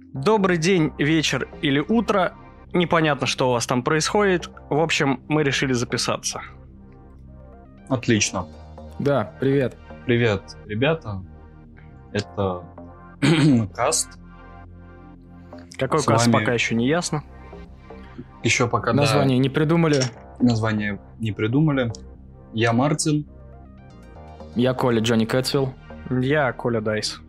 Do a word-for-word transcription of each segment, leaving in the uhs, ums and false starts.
Добрый день, вечер или утро. Непонятно, что у вас там происходит. В общем, мы решили записаться. Отлично. Да, привет. Привет, ребята. Это каст. Какой С каст, вами- пока еще не ясно. Еще пока да, Название не придумали. название не придумали. Я Мартин. Я Коля, Джонни Кэтсвилл. Я Коля Дайс.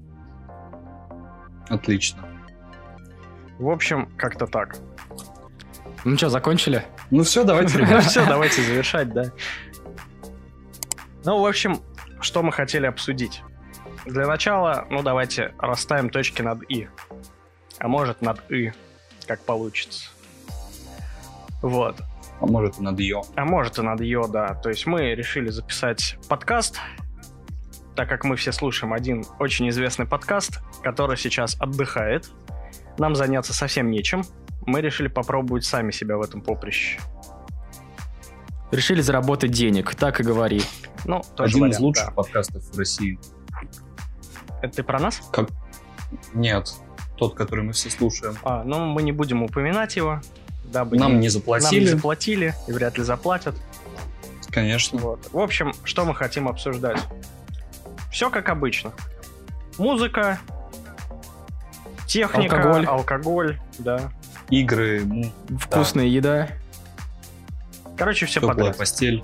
Отлично. В общем, как-то так. Ну что, закончили? Ну все, давайте, Ну ребята. все, давайте завершать, да. Ну, в общем, что мы хотели обсудить. Для начала, ну, давайте расставим точки над «и». А может, над «и», как получится. Вот. А может и над ее. А может и над «ё», да. То есть мы решили записать подкаст, так как мы все слушаем один очень известный подкаст, который сейчас отдыхает. Нам заняться совсем нечем. Мы решили попробовать сами себя в этом поприще. Решили заработать денег, так и говори. Ну, тоже Один вариант, из лучших да. подкастов в России. Это ты про нас? Как? Нет, тот, который мы все слушаем. А, ну, мы не будем упоминать его, дабы Нам не нам не заплатили, заплатили и вряд ли заплатят. конечно. Вот. В общем, что мы хотим обсуждать? Все как обычно. Музыка, техника, Алкоголь. алкоголь, да. Игры, ну, Вкусная еда. Короче, все теплая подряд. постель.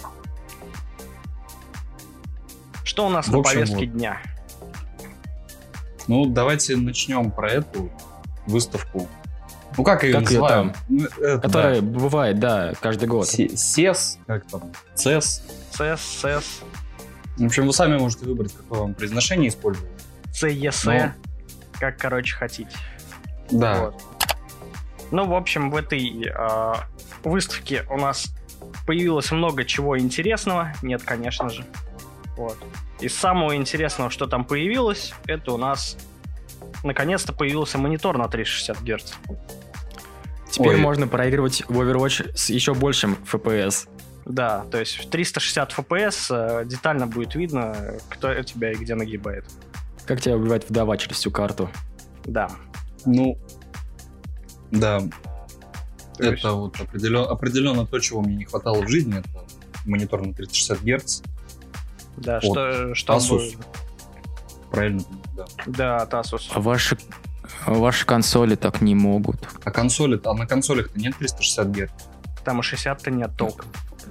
Что у нас В на общем, повестке вот. дня? Ну, давайте начнем про эту выставку. Ну, как ее Как её называем? там? Ну, это, Которая да. бывает, да, каждый год. Се- сес, как там, цес. ЦС, СЭС, В общем, вы сами можете выбрать, какое вам произношение использовать. ЦЕС, Ну. как, короче, хотите. Да. Вот. Ну, в общем, в этой а, выставке у нас появилось много чего интересного. Нет, конечно же. Вот. Из самого интересного, что там появилось, это у нас наконец-то появился монитор на триста шестьдесят герц. Теперь Ой. можно проигрывать в Overwatch с еще большим эф пи эс. Да, то есть в триста шестьдесят эф пи эс э, детально будет видно, кто тебя и где нагибает. Как тебя убивает вдова через всю карту? Да. Ну, да. То есть- Это вот определенно, определенно то, чего мне не хватало в жизни. Это монитор на триста шестьдесят герц. Да, От что, что Asus. Правильно? Да. Да, от Asus. А ваши, а ваши консоли так не могут. А консоли, а на консолях-то нет триста шестьдесят герц. Там и шестьдесят-то нет толком.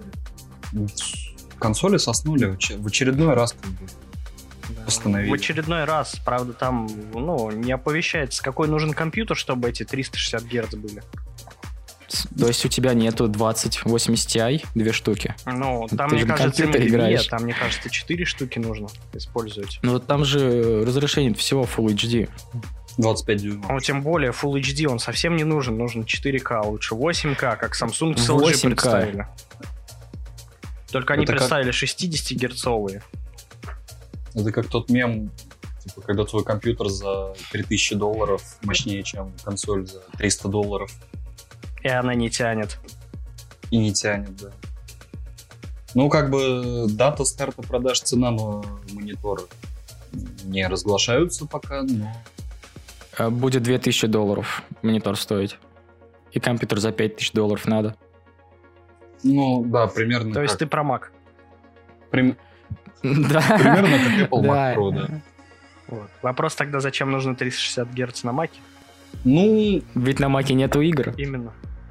Консоли соснули в оч- в очередной раз как бы. Да. Установили. В очередной раз, правда, там, ну, не оповещается, какой нужен компьютер, чтобы эти триста шестьдесят герц были. С- То есть у тебя нету двадцать восемьдесят Ti, две штуки. Ну, там, Ты мне же на кажется, не компьютере две, играешь. там, мне кажется, четыре штуки нужно использовать. Но там же разрешение всего Full эйч ди. двадцать пять дюймов. Ну, тем более, Full эйч ди он совсем не нужен, нужен четыре ка, лучше восемь ка, как Samsung с эл джи восемь ка. представили. Только они Это как- представили шестидесятигерцовые. Это как тот мем, типа, когда твой компьютер за три тысячи долларов мощнее, чем консоль за триста долларов, И она не тянет. и не тянет, да. Ну, как бы, дата старта продаж, цена на монитор не разглашаются пока, но... А Будет две тысячи долларов монитор стоить. И компьютер за пять тысяч долларов надо. Ну, да, примерно То есть как... ты про Mac. прим- Да. Примерно как Apple Mac Да. Pro, да. Вот. Вопрос тогда, зачем нужно триста шестьдесят герц на Mac? Ну, Ведь на Маке нету игр. Именно.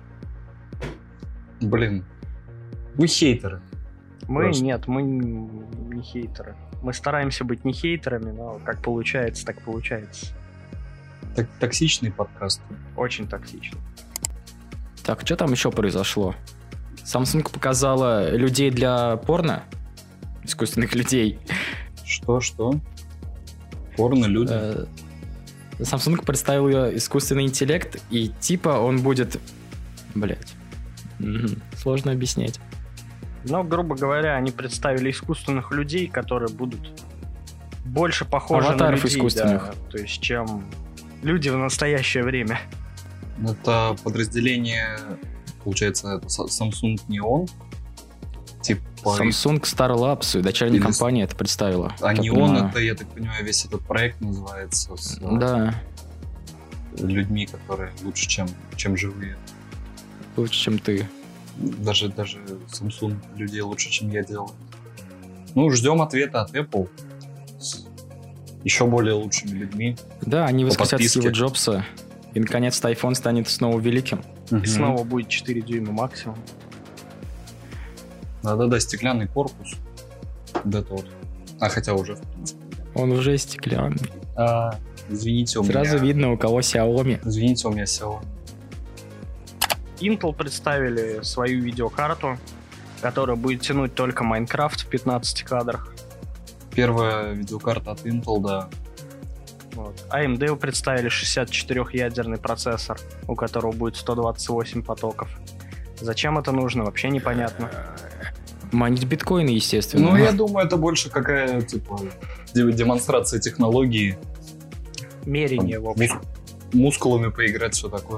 блин, вы хейтеры. Мы Просто. нет, мы не хейтеры. Мы стараемся быть не хейтерами, но как получается, так получается. Так, токсичный подкаст. Очень токсично. Так, что там еще произошло? Samsung показала людей для порно. Искусственных людей. Что, что? Порно люди. Э, Samsung представил ее искусственный интеллект, и типа он будет... Блять. Сложно объяснять. Но, грубо говоря, они представили искусственных людей, которые будут больше похожи Аватаров на людей, искусственных. да, то есть, чем люди в настоящее время. Это подразделение, получается, это Sa- Samsung Neon. Типа... Samsung Star Labs, дочерняя Или- компания, это представила. А как Neon понимаю. это, я так понимаю, весь этот проект называется. с- Да. людьми, которые лучше, чем, чем живые. Лучше, чем ты. Даже, даже Samsung людей лучше, чем я делаю. Ну, ждем ответа от Apple с еще более лучшими людьми. Да, они По воскресят подписке. Стива Джобса, и наконец-то iPhone станет снова великим. И Мгм. снова будет четыре дюйма максимум. Да-да-да, стеклянный корпус. Да тот. А хотя уже, в принципе. Он уже стеклянный. А, извините, у Сразу меня... видно, у кого Xiaomi. Извините, у меня Xiaomi. Intel представили свою видеокарту, которая будет тянуть только Майнкрафт в пятнадцати кадрах. Первая видеокарта от Intel, да. Вот. а эм ди представили шестьдесят четырёхъядерный процессор, у которого будет сто двадцать восемь потоков. Зачем это нужно, вообще непонятно. Манить биткоины, естественно. Ну, я думаю, это больше какая, типа, де- демонстрация технологии. Мерение, в общем. Мус- мускулами поиграть, все такое.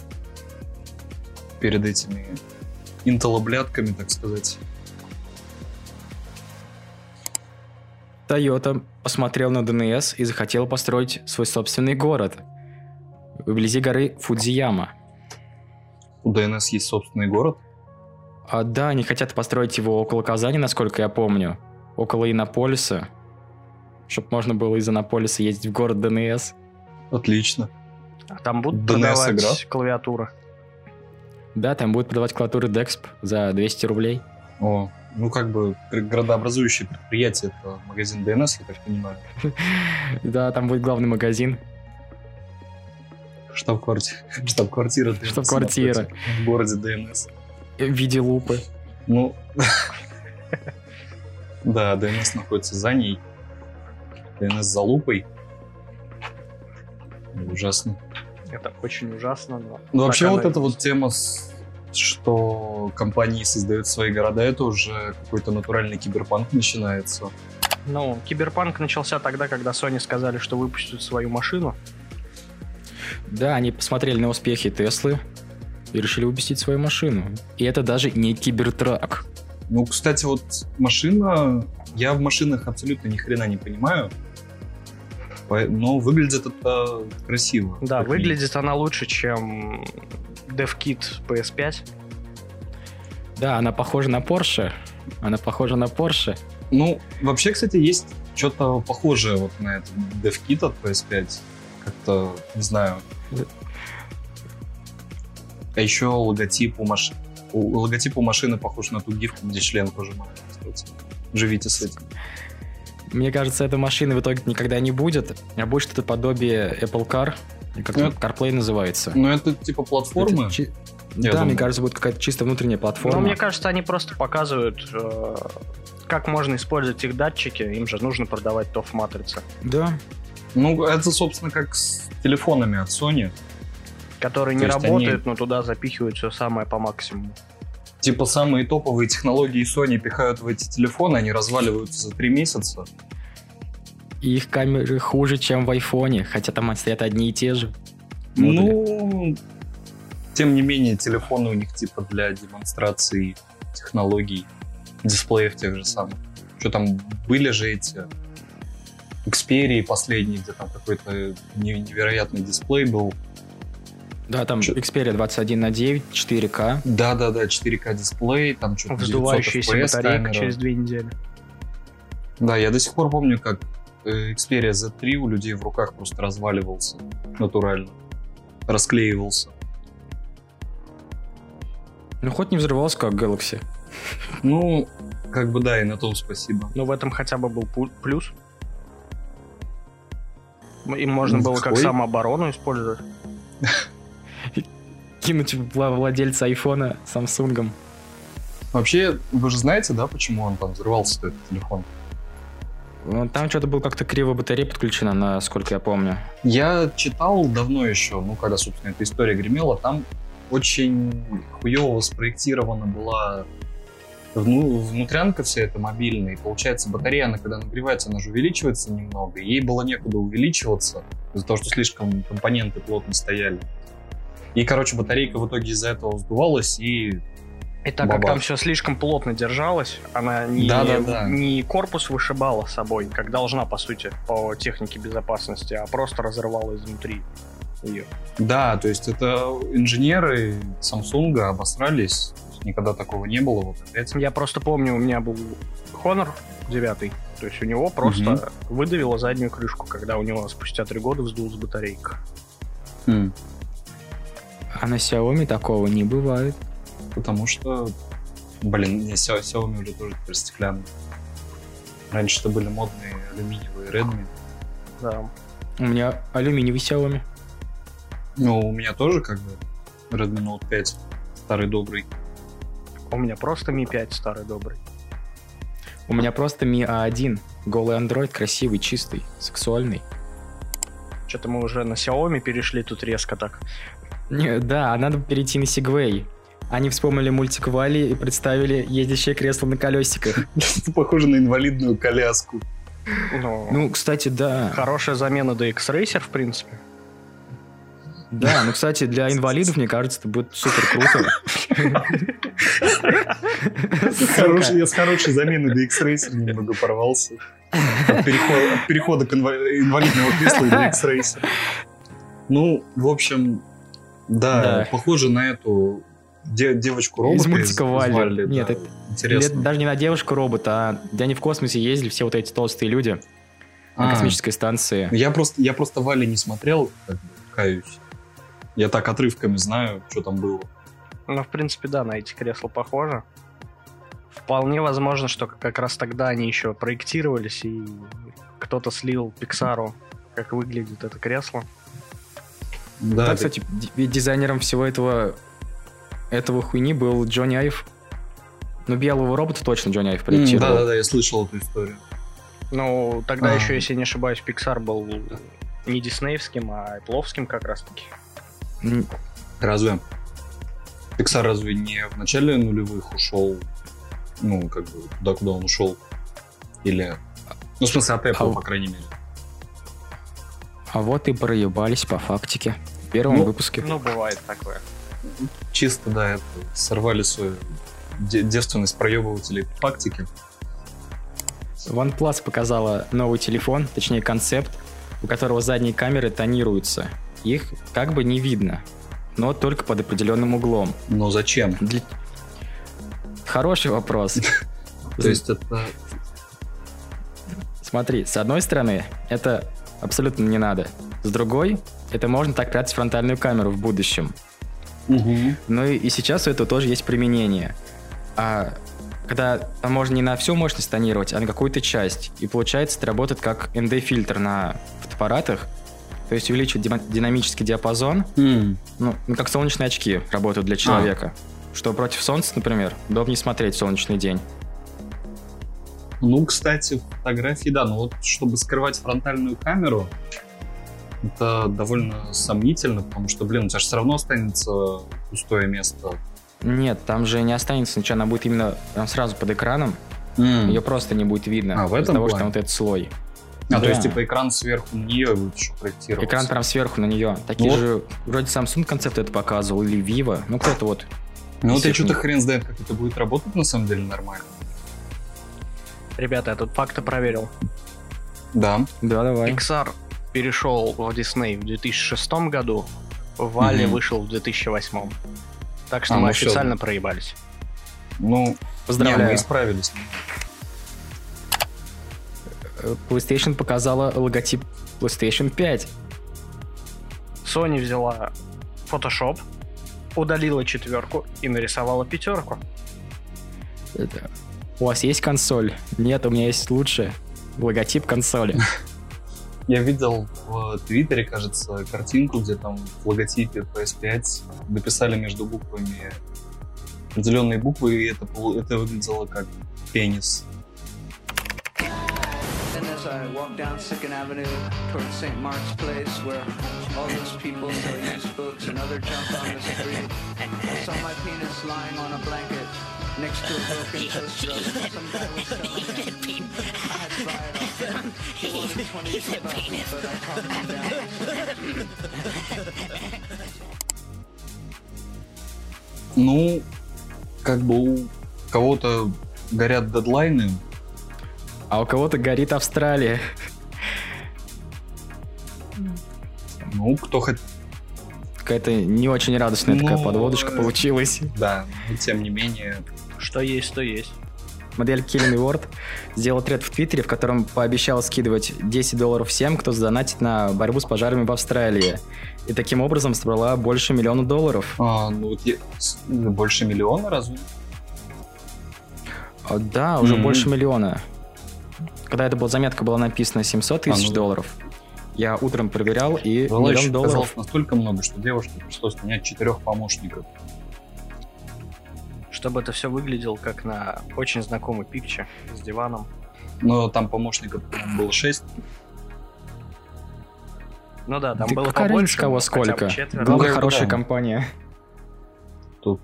Перед этими интелоблядками, так сказать. Toyota посмотрел на ди эн эс и захотел построить свой собственный город вблизи горы Фудзияма. У ди эн эс есть собственный город. А да, они хотят построить его около Казани, насколько я помню. Около Иннополиса. Чтоб можно было из Иннополиса ездить в город ди эн эс. Отлично. А там будут ди эн эс продавать игра? клавиатуры. Да, там будут продавать клавиатуры Dexp за двести рублей. О, ну как бы гр- градообразующее предприятие, это магазин ди эн эс, я так понимаю. Да, там будет главный магазин. Штаб-квартира. Штаб-квартира ди эн эс Штаб-квартира. находится в городе ди эн эс. В виде лупы. Ну, да, ди эн эс находится за ней. ди эн эс за лупой. Ужасно. Это очень ужасно, но... Ну, вообще, так вот оно и эта вот есть. тема, с- что компании создают свои города, это уже какой-то натуральный киберпанк начинается. Ну, киберпанк начался тогда, когда Sony сказали, что выпустят свою машину. Да, они посмотрели на успехи Теслы и решили выпустить свою машину. И это даже не кибертрак. Ну, кстати, вот машина... Я в машинах абсолютно ни хрена не понимаю. По- Но выглядит это красиво. Да, как выглядит она лучше, чем DevKit пи эс пять. Да, она похожа на Porsche. Она похожа на Porsche. минимум. Ну, вообще, кстати, есть что-то похожее вот на этот DevKit от пи эс пять. Как-то, не знаю. А еще логотип у машины. Логотип у машины похож на ту гифку, где член пожимает. Кстати. Живите с этим. Мне кажется, этой машины в итоге никогда не будет. А будет что-то подобие Apple Car. Как Ну, CarPlay называется. Ну, это типа платформы. Это чи- Я Да, думаю. мне кажется, будет какая-то чисто внутренняя платформа. Но мне кажется, они просто показывают, э, как можно использовать их датчики. Им же нужно продавать то в матрице, Да. Ну, это, собственно, как с телефонами от Sony. которые То не есть работают, они- но туда запихивают все самое по максимуму. Типа самые топовые технологии Sony пихают в эти телефоны, они разваливаются за три месяца. И их камеры хуже, чем в айфоне, хотя там стоят одни и те же модули. Ну, тем не менее, телефоны у них типа для демонстрации технологий, дисплеев тех же самых. Что там были же эти Xperia последние, где там какой-то не- невероятный дисплей был. Да, там Чё- Xperia двадцать один на девять, четыре ка. Да-да-да, четыре ка дисплей, там что-то Вздувающаяся девятьсот эф пи эс батарейка камера. через две недели. Да, я до сих пор помню, как э, Xperia зет три у людей в руках просто разваливался натурально, расклеивался. Ну, хоть не взрывался, как Galaxy. Ну, как бы да, и на том спасибо. Но в этом хотя бы был пу- плюс. Им можно Ну, было как какой? самооборону использовать. Кинуть вла- владельца айфона Samsung. Вообще, вы же знаете, да, почему он там взрывался, этот телефон? Ну, там что-то было как-то криво батарея подключена, насколько я помню. Я читал давно еще, ну, когда, собственно, эта история гремела, там очень хуево спроектирована была вну- внутрянка вся эта мобильная, и получается батарея, она когда нагревается, она же увеличивается немного, и ей было некуда увеличиваться из-за того, что слишком компоненты плотно стояли. И, короче, батарейка в итоге из-за этого сдувалась, и И так как Бабах. там все слишком плотно держалось, она не, Да-да-да. не корпус вышибала собой, как должна, по сути, по технике безопасности, а просто разрывала изнутри. ее. Да, то есть это инженеры Samsung обосрались, никогда такого не было, вот опять. Я просто помню, у меня был Honor девять, то есть у него просто угу. выдавило заднюю крышку, когда у него спустя три года вздулась батарейка. Хм. А на Xiaomi такого не бывает. Потому что, блин, не, Xiaomi уже тоже теперь стеклянные. Раньше-то были модные алюминиевые Redmi. Да. У меня алюминиевый Xiaomi. Ну, у меня тоже как бы Redmi Note пять, старый добрый. У меня просто ми пять, старый добрый. У меня просто ми эй один, голый Android, красивый, чистый, сексуальный. Что-то мы уже на Xiaomi перешли тут резко так. Не, да, надо перейти на Segway. Они вспомнили мультик Валли и представили ездящее кресло на колесиках. Похоже на инвалидную коляску. Ну, ну, кстати, да. Хорошая замена ди икс Racer, в принципе. Да, ну, кстати, для инвалидов, мне кажется, это будет супер круто. Я с хорошей заменой ди икс Racer немного порвался. От перехода к инвалидного кресла и ди икс Racer. Ну, в общем, да, похоже на эту девочку-робота. Из мультика Валли. Нет, это интересно. Даже не на девушку-робота, а где они в космосе ездили, все вот эти толстые люди на космической станции. Я просто, я просто Валли не смотрел, каюсь. Я так отрывками знаю, что там было. Ну, в принципе, да, на эти кресла похоже. Вполне возможно, что как раз тогда они еще проектировались, и кто-то слил Пиксару, как выглядит это кресло. Да, да, кстати, ведь дизайнером всего этого этого хуйни был Джонни Айв. Ну, белого робота точно Джонни Айв проектировал. Mm, да-да-да, я слышал эту историю. Ну, тогда а. еще, если не ошибаюсь, Pixar был не диснеевским, а эппловским как раз-таки. Mm. Разве? Pixar разве не в начале нулевых ушел, ну, как бы, туда, куда он ушел? Или... Ну, в смысле, от Apple, а... по крайней мере. А вот и проебались по фактике. В первом ну, выпуске. Ну, бывает такое. Чисто, да, это сорвали свою девственность проебывателей по фактике. OnePlus показала новый телефон, точнее концепт, у которого задние камеры тонируются. Их как бы не видно, но только под определенным углом. Но зачем? Для... Хороший вопрос. То есть это... Смотри, с одной стороны, это абсолютно не надо. С другой, это можно так прятать фронтальную камеру в будущем. Угу. Ну и, и сейчас у этого тоже есть применение. А когда там можно не на всю мощность тонировать, а на какую-то часть. И получается, это работает как эн ди-фильтр на фотоаппаратах. То есть увеличивает ди- динамический диапазон. Mm. Ну, ну, как солнечные очки работают для человека. А. Что против солнца, например, удобнее смотреть в солнечный день. Ну, кстати, фотографии, да. Но вот чтобы скрывать фронтальную камеру, это довольно сомнительно, потому что, блин, у тебя же все равно останется пустое место. Нет, там же не останется ничего, она будет именно там сразу под экраном. Mm. Ее просто не будет видно. А, в этом из-за того, плане? что там вот этот слой. А, да. то есть, типа, экран сверху на нее будет еще проектироваться? Экран прям сверху на нее. Такие вот. Же, вроде Samsung концепт это показывал, или Vivo. Ну, кто-то вот. Ну, вот я что-то хрен знает, как это будет работать на самом деле нормально. Ребята, я тут факты проверил. Да. Да, давай. Pixar перешел в Disney в две тысячи шестом году, Валли mm-hmm. вышел в две тысячи восьмом. Так что а, мы ну официально все. Проебались. Ну, поздравляю. Не, мы исправились. PlayStation показала логотип PlayStation пять. Sony взяла Photoshop, удалила четверку и нарисовала пятерку. Это... У вас есть консоль? Нет, у меня есть лучше. Логотип консоли. Я видел в Твиттере, кажется, картинку, где там в логотипе пи эс пять дописали между буквами определенные буквы, и это, это выглядело как пенис. I walk down Second Avenue towards Saint Mark's Place, where all those people sell used books and other junk on the street. I saw my penis lying on a blanket next to a broken toaster oven. Some guy was selling it. I had to buy it off him. It was twenty-two bucks, but I talked him down. Ну, как бы у кого-то горят дедлайны, а у кого-то горит Австралия. Ну, кто хоть... Какая-то не очень радостная такая Ну, подводочка э, получилась. Да, но тем не менее. Что есть, то есть. Модель Killing World сделал тред в Твиттере, в котором пообещал скидывать десять долларов всем, кто задонатит на борьбу с пожарами в Австралии. И таким образом собрала больше миллиона долларов. А, ну, вот я- с- больше миллиона разве? А, Да, уже Мгм. больше миллиона. Когда эта была, заметка была написана семьсот тысяч А, ну да. долларов, я утром проверял, и Желающих миллион долларов. оказалось настолько много, что девушке пришлось нанять четырех помощников. Чтобы это все выглядело как на очень знакомый пикче с диваном. Но там помощников, по-моему, было шесть. Ну да, там Да было какая побольше. разница, кого но хотя бы сколько. четверо. Главное, Ну, хорошая да. компания. Тут.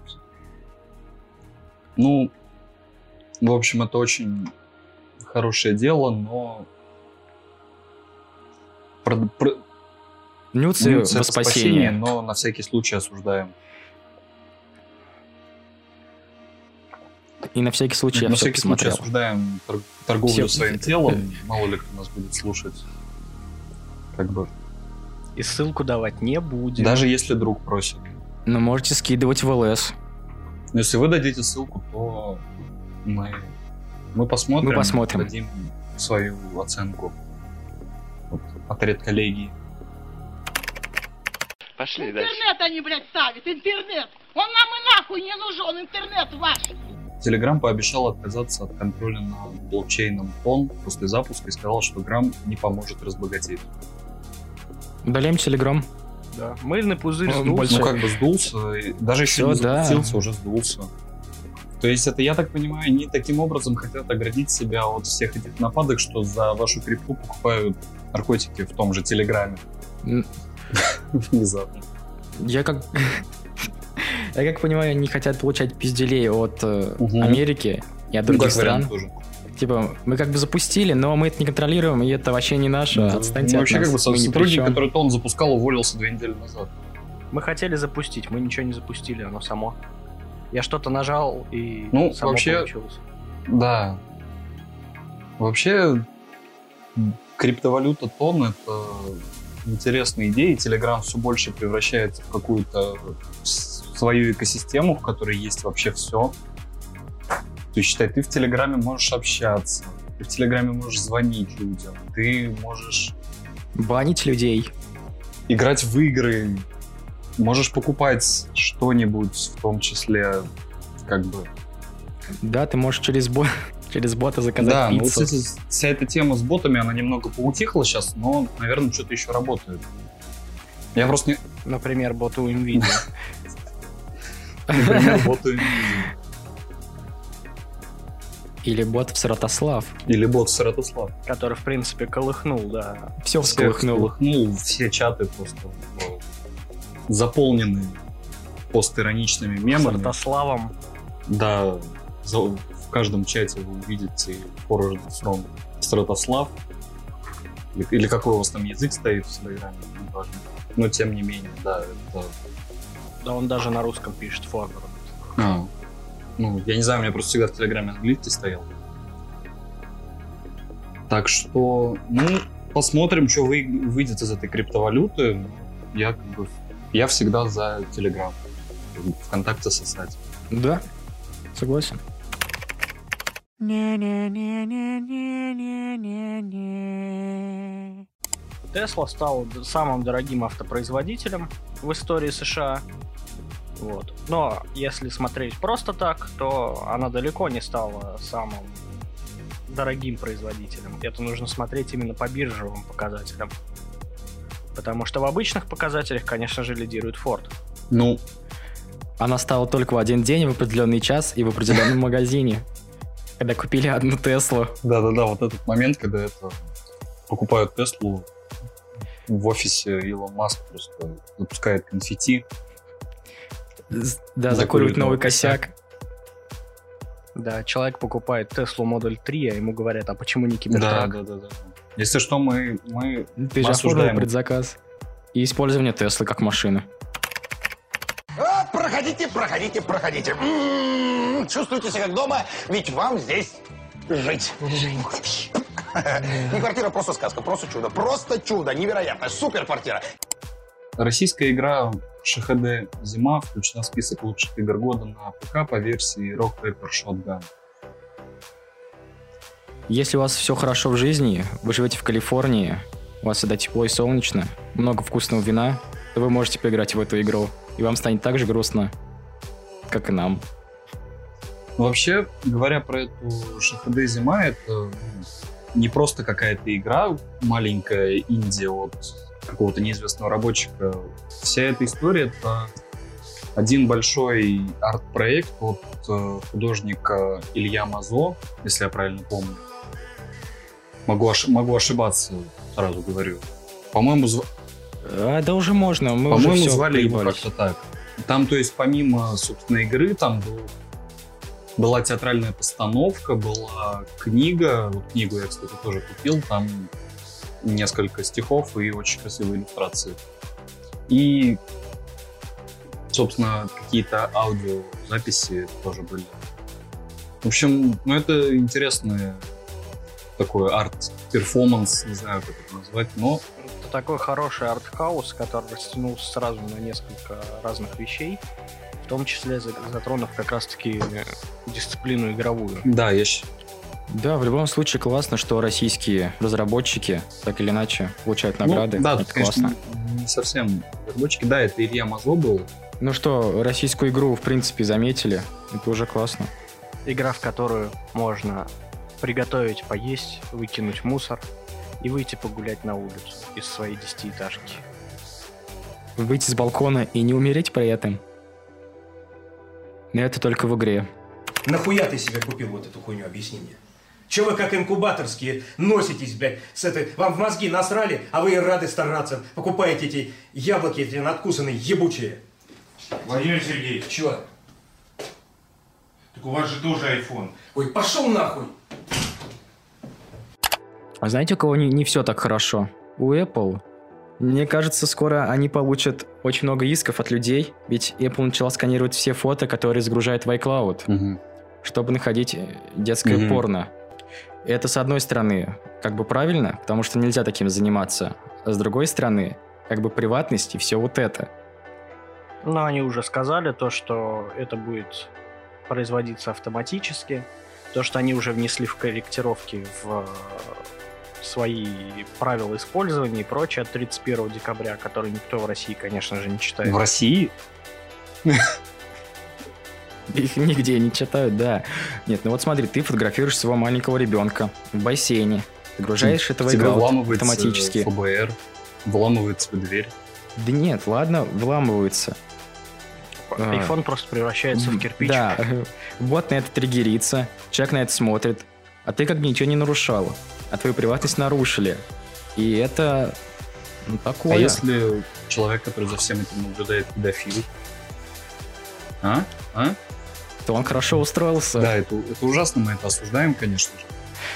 Ну, в общем, это очень хорошее дело, но про- про- Нюцы Нюц во это спасение. но на всякий случай осуждаем. И на всякий случай я на все всякий случай посмотрел. осуждаем тор- торговлю Все- своим телом. Мало ли кто нас будет слушать. Как бы. И ссылку давать не будем. Даже если друг просит. Но можете скидывать в ЛС. Но если вы дадите ссылку, то мы, мы посмотрим. Мы посмотрим. Дадим свою оценку. Вот, от редколлегии. Пошли дальше. Интернет они, блядь, ставят, интернет. Он нам и нахуй не нужен, интернет ваш. Telegram пообещал отказаться от контроля над блокчейном Тон после запуска и сказал, что Грамм не поможет разбогатеть. Удаляем Телеграм. Да. Мыльный пузырь Ну, сдулся. больше- Ну, как бы сдулся, и даже еще Всё, не да. запустился, уже сдулся. То есть это, я так понимаю, они таким образом хотят оградить себя от всех этих нападок, что за вашу крипту покупают наркотики в том же Телеграме. М, Внезапно. Я как... Я как понимаю, они хотят получать пизделей от э, Мгм. Америки и от Ну, других как вариант стран. тоже. Типа, мы как бы запустили, но мы это не контролируем, и это вообще не наше. Да. Отстаньте Ну, от вообще, нас, как бы мы ни при сотрудник, чём. который Тон запускал, уволился две недели назад. Мы хотели запустить, мы ничего не запустили, оно само. Я что-то нажал, и Ну, само вообще- получилось. Да. Вообще, криптовалюта Тон — это интересная идея, и Telegram все больше превращается в какую-то с- свою экосистему, в которой есть вообще все. То есть, считай, ты в Телеграме можешь общаться, ты в Телеграме можешь звонить людям, ты можешь Банить людей. играть в игры, можешь покупать что-нибудь, в том числе, как бы... Да, ты можешь через, бо... через бота заказать Да, ну вот, пиццу. кстати, вся эта тема с ботами, она немного поутихла сейчас, но, наверное, что-то еще работает. Я просто не... Например, бот у Nvidia. Например, боты... Или бот в Святослав. Или бот Святослав. Который, в принципе, колыхнул, да. Все Всех всколыхнул. всколыхнул, все чаты просто ну, заполнены постироничными мемами. Святославом. Да, за- в каждом чате вы увидите forward from Святослав. Или, или какой у вас там язык стоит в Телеграме, не важно. Но тем не менее, да, это... Да он даже на русском пишет forward. А, ну, я не знаю, у меня просто всегда в Телеграме английский стоял. Так что, ну, посмотрим, что вы, выйдет из этой криптовалюты. Я как бы, я всегда за Телеграм. ВКонтакте сосать. Да, согласен. Tesla стал д- самым дорогим автопроизводителем в истории США. Вот. Но если смотреть просто так, то она далеко не стала самым дорогим производителем. Это нужно смотреть именно по биржевым показателям. Потому что в обычных показателях, конечно же, лидирует Ford. Ну, Она стала только в один день, в определенный час и в определенном магазине. Когда купили одну Теслу. да-да-да, вот этот момент, когда это покупают Теслу в офисе, Илон Маск просто запускает конфетти. З- Да, Закуривает закуривает новый новый косяк. Да, человек покупает Tesla Model три, а ему говорят, а почему не Да, Кибертрак? да, да, да. Если что, мы, мы, Ты же мы оформил осуждаем. предзаказ. И использование Теслы как машины. А, проходите, проходите, проходите. М-м-м, чувствуйте себя как дома, ведь вам здесь жить. Не квартира, просто сказка, просто чудо. Просто чудо, невероятно, супер квартира. Российская игра ШХД «Зима» включена в список лучших игр года на ПК по версии Rock Paper Shotgun. Если у вас все хорошо в жизни, вы живете в Калифорнии, у вас всегда тепло и солнечно, много вкусного вина, то вы можете поиграть в эту игру, и вам станет так же грустно, как и нам. Вообще, говоря про эту ШХД «Зима», это ну, не просто какая-то игра, маленькая инди от какого-то неизвестного рабочика. Вся эта история — это один большой арт-проект от художника Илья Мазо, если я правильно помню. Могу, ош- могу ошибаться, сразу говорю. По-моему, зв... А, да уже можно, мы По-моему, уже все звали его проебались. как-то так. Там, то есть, помимо, собственно, игры, там был, была театральная постановка, была книга. Вот книгу я, кстати, тоже купил. Там несколько стихов и очень красивые иллюстрации. И, собственно, какие-то аудиозаписи тоже были. В общем, ну это интересный такой арт-перформанс, не знаю, как это назвать, но... Это такой хороший арт-хаус, который растянулся сразу на несколько разных вещей, в том числе затронув как раз-таки дисциплину игровую. Да, я щ- Да, в любом случае классно, что российские разработчики так или иначе получают награды. Ну, да, это тут, конечно, классно. не совсем разработчики. Да, это Илья Мазо был. Ну что, российскую игру в принципе заметили, это уже классно. Игра, в которую можно приготовить, поесть, выкинуть в мусор и выйти погулять на улицу из своей десятиэтажки. Выйти с балкона и не умереть при этом. Но это только в игре. Нахуя ты себе купил вот эту хуйню, объясни мне? Че вы как инкубаторские носитесь, блядь, с этой... Вам в мозги насрали, а вы рады стараться. Покупаете эти яблоки, эти надкусанные, ебучие. Владимир Сергеевич, Чего? так у вас же тоже айфон. Ой, пошел нахуй! А знаете, у кого не, не все так хорошо? У Apple. Мне кажется, скоро они получат очень много исков от людей, ведь Apple начала сканировать все фото, которые загружает в iCloud, Угу. чтобы находить детское Мгм. порно. И это, с одной стороны, как бы правильно, потому что нельзя таким заниматься, а с другой стороны, как бы приватность и все вот это. Но они уже сказали то, что это будет производиться автоматически, то, что они уже внесли в корректировки в свои правила использования и прочее от тридцать первого декабря, которые никто в России, конечно же, не читает. В России? Их нигде не читают, да. Нет, ну вот смотри, ты фотографируешь своего маленького ребенка в бассейне, загружаешь это в Тебе iCloud вламывается автоматически. эф бэ эр, вламывается в дверь. Да нет, ладно, вламывается. А. Айфон просто превращается в кирпич. Да, вот на это триггерится, человек на это смотрит, а ты как бы ничего не нарушал, а твою приватность нарушили. И это ну, такое. А если человек, который за всем этим наблюдает, педофил? А? А? То он хорошо устроился. Да, это, это ужасно, мы это осуждаем, конечно же.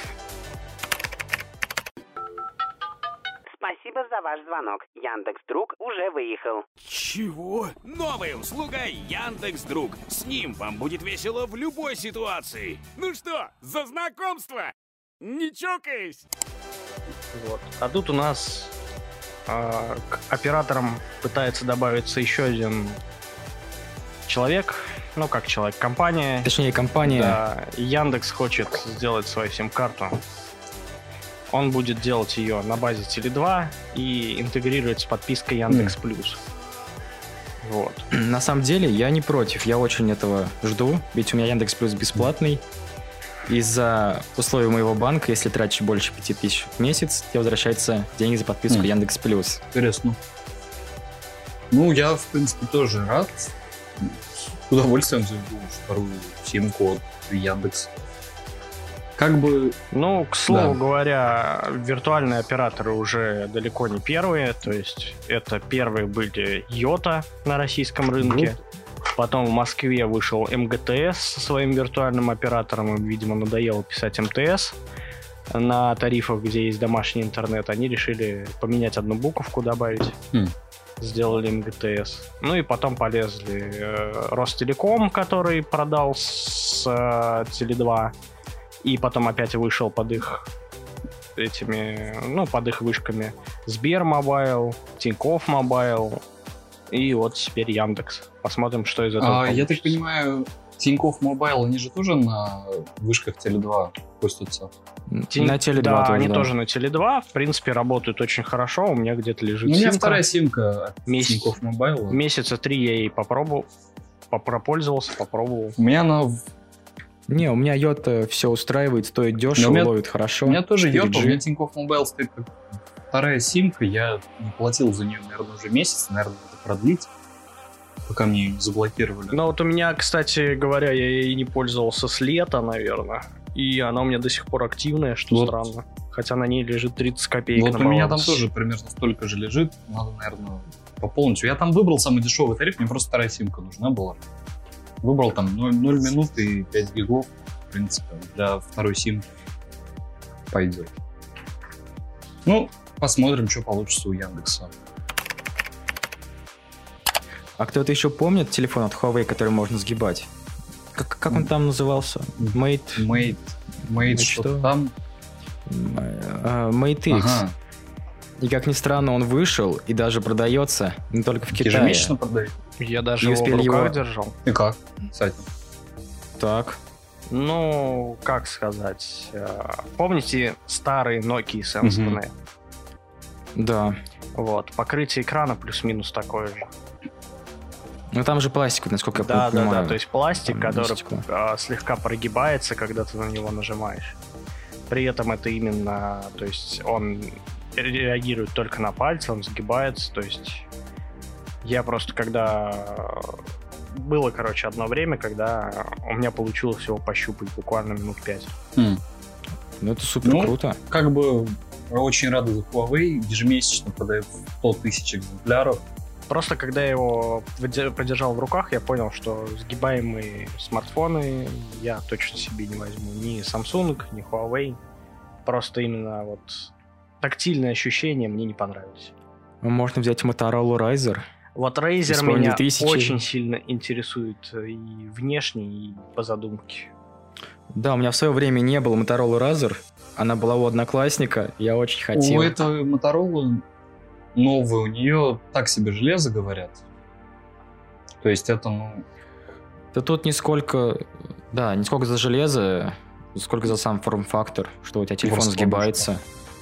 Спасибо за ваш звонок. Яндекс.Друг уже выехал. Чего? Новая услуга Яндекс.Друг. С ним вам будет весело в любой ситуации. Ну что, за знакомство? Не чокаясь? Вот. А тут у нас а, к операторам пытается добавиться еще один человек, ну как человек, компания. Точнее, компания. Да, Яндекс хочет сделать свою сим-карту. Он будет делать ее на базе Теле два и интегрировать с подпиской Яндекс Плюс. Вот. На самом деле, я не против, я очень этого жду, ведь у меня Яндекс Плюс бесплатный. Из-за условий моего банка, если тратишь больше пяти тысяч в месяц, тебе возвращаются деньги за подписку Mm. Яндекс Плюс. Интересно. Ну, я, в принципе, тоже рад. С удовольствием заведу вторую симку от Яндекса. Как бы... Ну, к слову Да. говоря, виртуальные операторы уже далеко не первые. То есть это первые были Йота на российском рынке. Потом в Москве вышел эм гэ тэ эс со своим виртуальным оператором. Им, видимо, надоело писать эм тэ эс на тарифах, где есть домашний интернет. Они решили поменять одну буковку, добавить. Хм. Сделали эм гэ тэ эс. Ну и потом полезли э, Ростелеком, который продал с э, Теле два. И потом опять вышел под их этими, ну, под их вышками Сбермобайл, Тинькофф Мобайл И вот теперь Яндекс. Посмотрим, что из этого а, получится. Я так понимаю, Тинькофф Мобайл, они же тоже на вышках Теле два пустятся? Тин... На Теле два да, тоже, они да. тоже на Теле два. В принципе, работают очень хорошо. У меня где-то лежит У меня симка. вторая симка от Месяц... Тинькофф Мобайла. Месяца три я ей попробовал, попользовался, попробовал. У меня она... Не, у меня Йота все устраивает, стоит дешево, меня... ловит хорошо. У меня тоже четыре Йота, джи. у меня Тинькофф Мобайл стоит как вторая симка. Я не платил за нее, наверное, уже месяц. Наверное, надо продлить, пока мне ее не заблокировали. Ну вот у меня, кстати говоря, я ей не пользовался с лета, наверное. И она у меня до сих пор активная, что вот. Странно. Хотя на ней лежит тридцать копеек вот на у баланс. меня там тоже примерно столько же лежит. Надо, наверное, пополнить. Я там выбрал самый дешевый тариф, мне просто вторая симка нужна была. Выбрал там ноль, ноль минут и пять гигов. В принципе, для второй симки пойдет. Ну, посмотрим, что получится у Яндекса. А кто-то еще помнит телефон от Huawei, который можно сгибать? Как, как он там назывался? Mate... Mate... Mate что-то там? Mate X. Ага. И как ни странно, он вышел и даже продается не только в Китае. Ежемесячно продают. Я даже его в руках его... держал. И как, кстати? Так. Ну, как сказать... Помните старые Nokia сенсорные? Угу. Да. Вот, покрытие экрана плюс-минус такое же. Ну там же пластик, насколько да, я понимаю. Да, да, то есть пластик, там который а, слегка прогибается, когда ты на него нажимаешь. При этом это именно, то есть он реагирует только на пальцы, он сгибается, то есть я просто когда... Было, короче, одно время, когда у меня получилось его пощупать буквально минут пять. Mm. Ну это супер ну, круто. Как бы очень рады за Huawei, ежемесячно продают сто тысяч экземпляров. Просто когда я его подержал в руках, я понял, что сгибаемые смартфоны я точно себе не возьму. Ни Samsung, ни Huawei. Просто именно вот тактильные ощущения мне не понравились. Можно взять Motorola Razr. Вот Razer меня две тысячи очень сильно интересует и внешне, и по задумке. Да, у меня в свое время не было Motorola Razr. Она была у одноклассника, я очень хотел. У этой Motorola новая, у нее так себе железо, говорят. То есть это, ну... Да тут не сколько... Да, не сколько за железо, сколько за сам форм-фактор, что у тебя телефон Просто сгибается.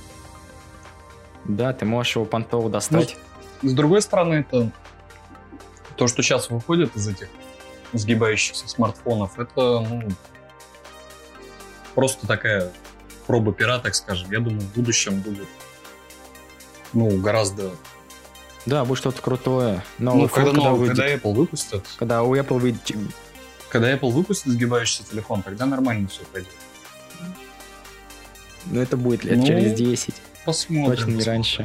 Да, ты можешь его понтово достать. Ну, с другой стороны, это... То, что сейчас выходит из этих сгибающихся смартфонов, это, ну... Просто такая проба пера, так скажем. Я думаю, в будущем будет... Ну, гораздо... Да, будет что-то крутое. Новый ну, когда, когда, новый, когда Apple выпустят... Когда у Apple выйдет... Когда Apple выпустит сгибающийся телефон, тогда нормально все пойдет. Ну, это будет лет ну, через десять. Посмотрим. Точно не посмотрим. раньше.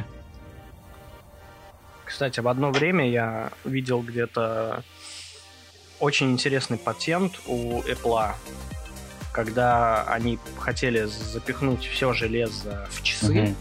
Кстати, в одно время я видел где-то очень интересный патент у Apple, когда они хотели запихнуть все железо в часы, угу.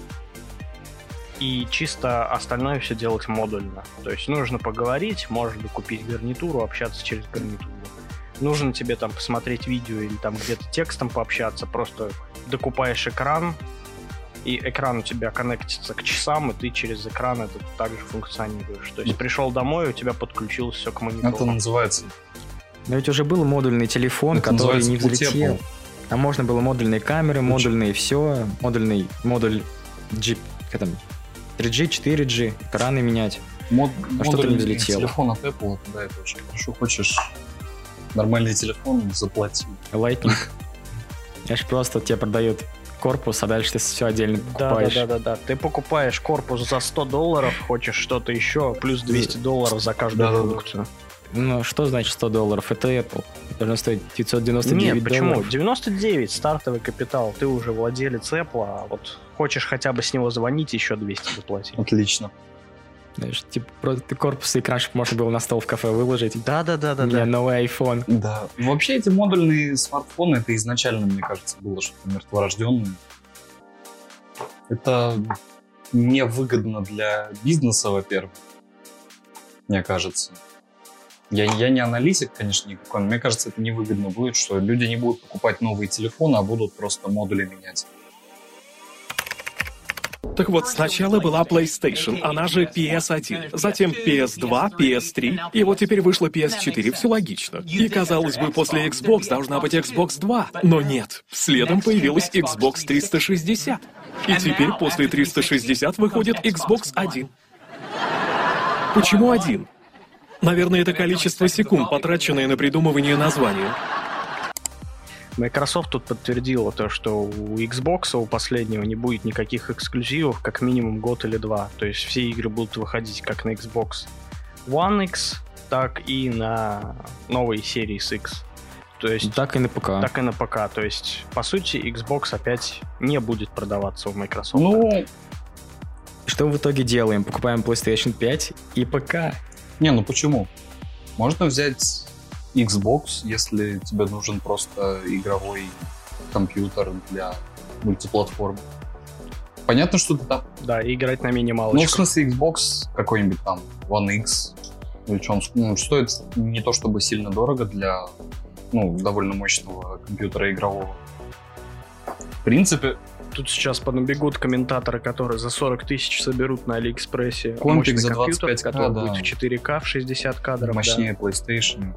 и чисто остальное все делать модульно. То есть нужно поговорить, можно купить гарнитуру, общаться через гарнитуру. Нужно тебе там посмотреть видео или там где-то текстом пообщаться, просто докупаешь экран, и экран у тебя коннектится к часам, и ты через экран это также функционируешь. То есть пришел домой, у тебя подключилось все к монитору. Это называется... Но ведь уже был модульный телефон, это который не взлетел. А можно было модульные камеры, Путь. модульные все, модульный модуль G, там, три джи, четыре джи, экраны менять. Мод, а что-то не взлетело. Телефон от Apple, да, это очень хорошо. Хочешь нормальный телефон, заплати. Lightning. Я ж просто тебе продают корпус, а дальше ты все отдельно покупаешь. Да, да, да, да. Ты покупаешь корпус за сто долларов, хочешь что-то еще, плюс двести долларов за каждую да, функцию. Да, да. Ну, что значит сто долларов? Это Apple. Должно стоить девятьсот девяносто девять Нет, почему? долларов. девяносто девять стартовый капитал. Ты уже владелец Apple, а вот хочешь хотя бы с него звонить, еще двести заплатить. Отлично. Знаешь, типа, просто корпус и экран, чтобы можно было на стол в кафе выложить. Да-да-да. У меня новый iPhone. Да. Вообще эти модульные смартфоны, это изначально, мне кажется, было что-то мертворожденное. Это невыгодно для бизнеса, во-первых. Мне кажется. Я, я не аналитик, конечно, никакой, но мне кажется, это невыгодно будет, что люди не будут покупать новые телефоны, а будут просто модули менять. Так вот, сначала была PlayStation, она же пи эс один, затем пи эс два, пи эс три, и вот теперь вышла пи эс четыре, все логично. И, казалось бы, после Xbox должна быть Xbox два, но нет. Следом появилась Xbox триста шестьдесят. И теперь после триста шестьдесят выходит Xbox один. Почему один? Наверное, это количество секунд, потраченное на придумывание названия. Microsoft тут подтвердила то, что у Xbox, у последнего, не будет никаких эксклюзивов, как минимум год или два. То есть все игры будут выходить как на Xbox One X, так и на новой Series X. То есть, так и на ПК. Так и на ПК. То есть, по сути, Xbox опять не будет продаваться у Microsoft. Ну, что мы в итоге делаем? Покупаем PlayStation пять и ПК. Не, ну почему? Можно взять Xbox, если тебе нужен просто игровой компьютер для мультиплатформы. Понятно, что ты там... Да, и играть на минималочках. Ну, в смысле, Xbox какой-нибудь там One X, причем ну, стоит не то чтобы сильно дорого для ну, довольно мощного компьютера игрового. В принципе... Тут сейчас понабегут комментаторы, которые за сорок тысяч соберут на Алиэкспрессе компик за компьютер, двадцать пять ка, который да. будет в четыре ка, в шестьдесят кадров. Мощнее да. PlayStation.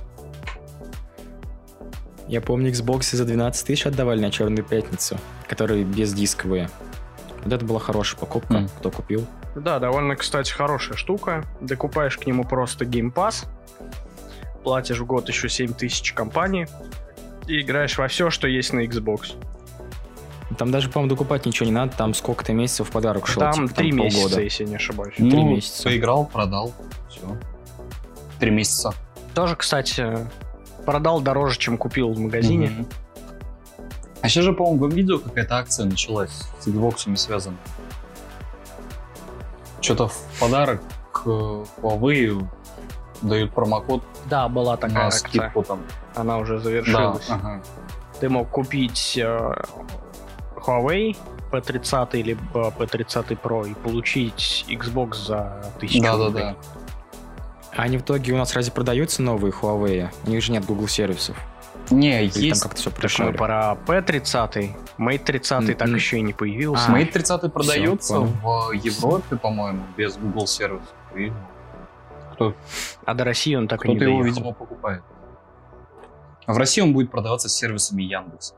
Я помню, Xbox за двенадцать тысяч отдавали на Черную пятницу, которые бездисковые. Вот это была хорошая покупка, mm. кто купил. Да, довольно, кстати, хорошая штука. Докупаешь к нему просто Game Pass, платишь в год еще семь тысяч компании и играешь во все, что есть на Xbox. Там даже, по-моему, докупать ничего не надо, там сколько-то месяцев в подарок шло. Там типа, три там месяца, полгода. если не ошибаюсь. Ну, три месяца. Поиграл, продал, все. Три месяца. Тоже, кстати, продал дороже, чем купил в магазине. Mm-hmm. А сейчас же, по-моему, в видео какая-то акция началась с Xbox'ами связана. Что-то в подарок к Huawei дают промокод. Да, была такая на акция. скидку там. Она уже завершилась. Да, ага. Ты мог купить э, Huawei пи тридцать либо пи тридцать Pro и получить Xbox за тысячу да, рублей. Да, да. А они в итоге у нас разве продаются новые Huawei? У них же нет Google сервисов. Не, или есть. Там как-то все так мы про пи тридцать, Mate тридцать Mm-hmm. так еще и не появился. А, Mate тридцать продается Всё, в Европе, по-моему, без Google сервисов. И кто, а до России он так и не кто-то его, доехал. видимо, покупает. А в России он будет продаваться с сервисами Яндекс.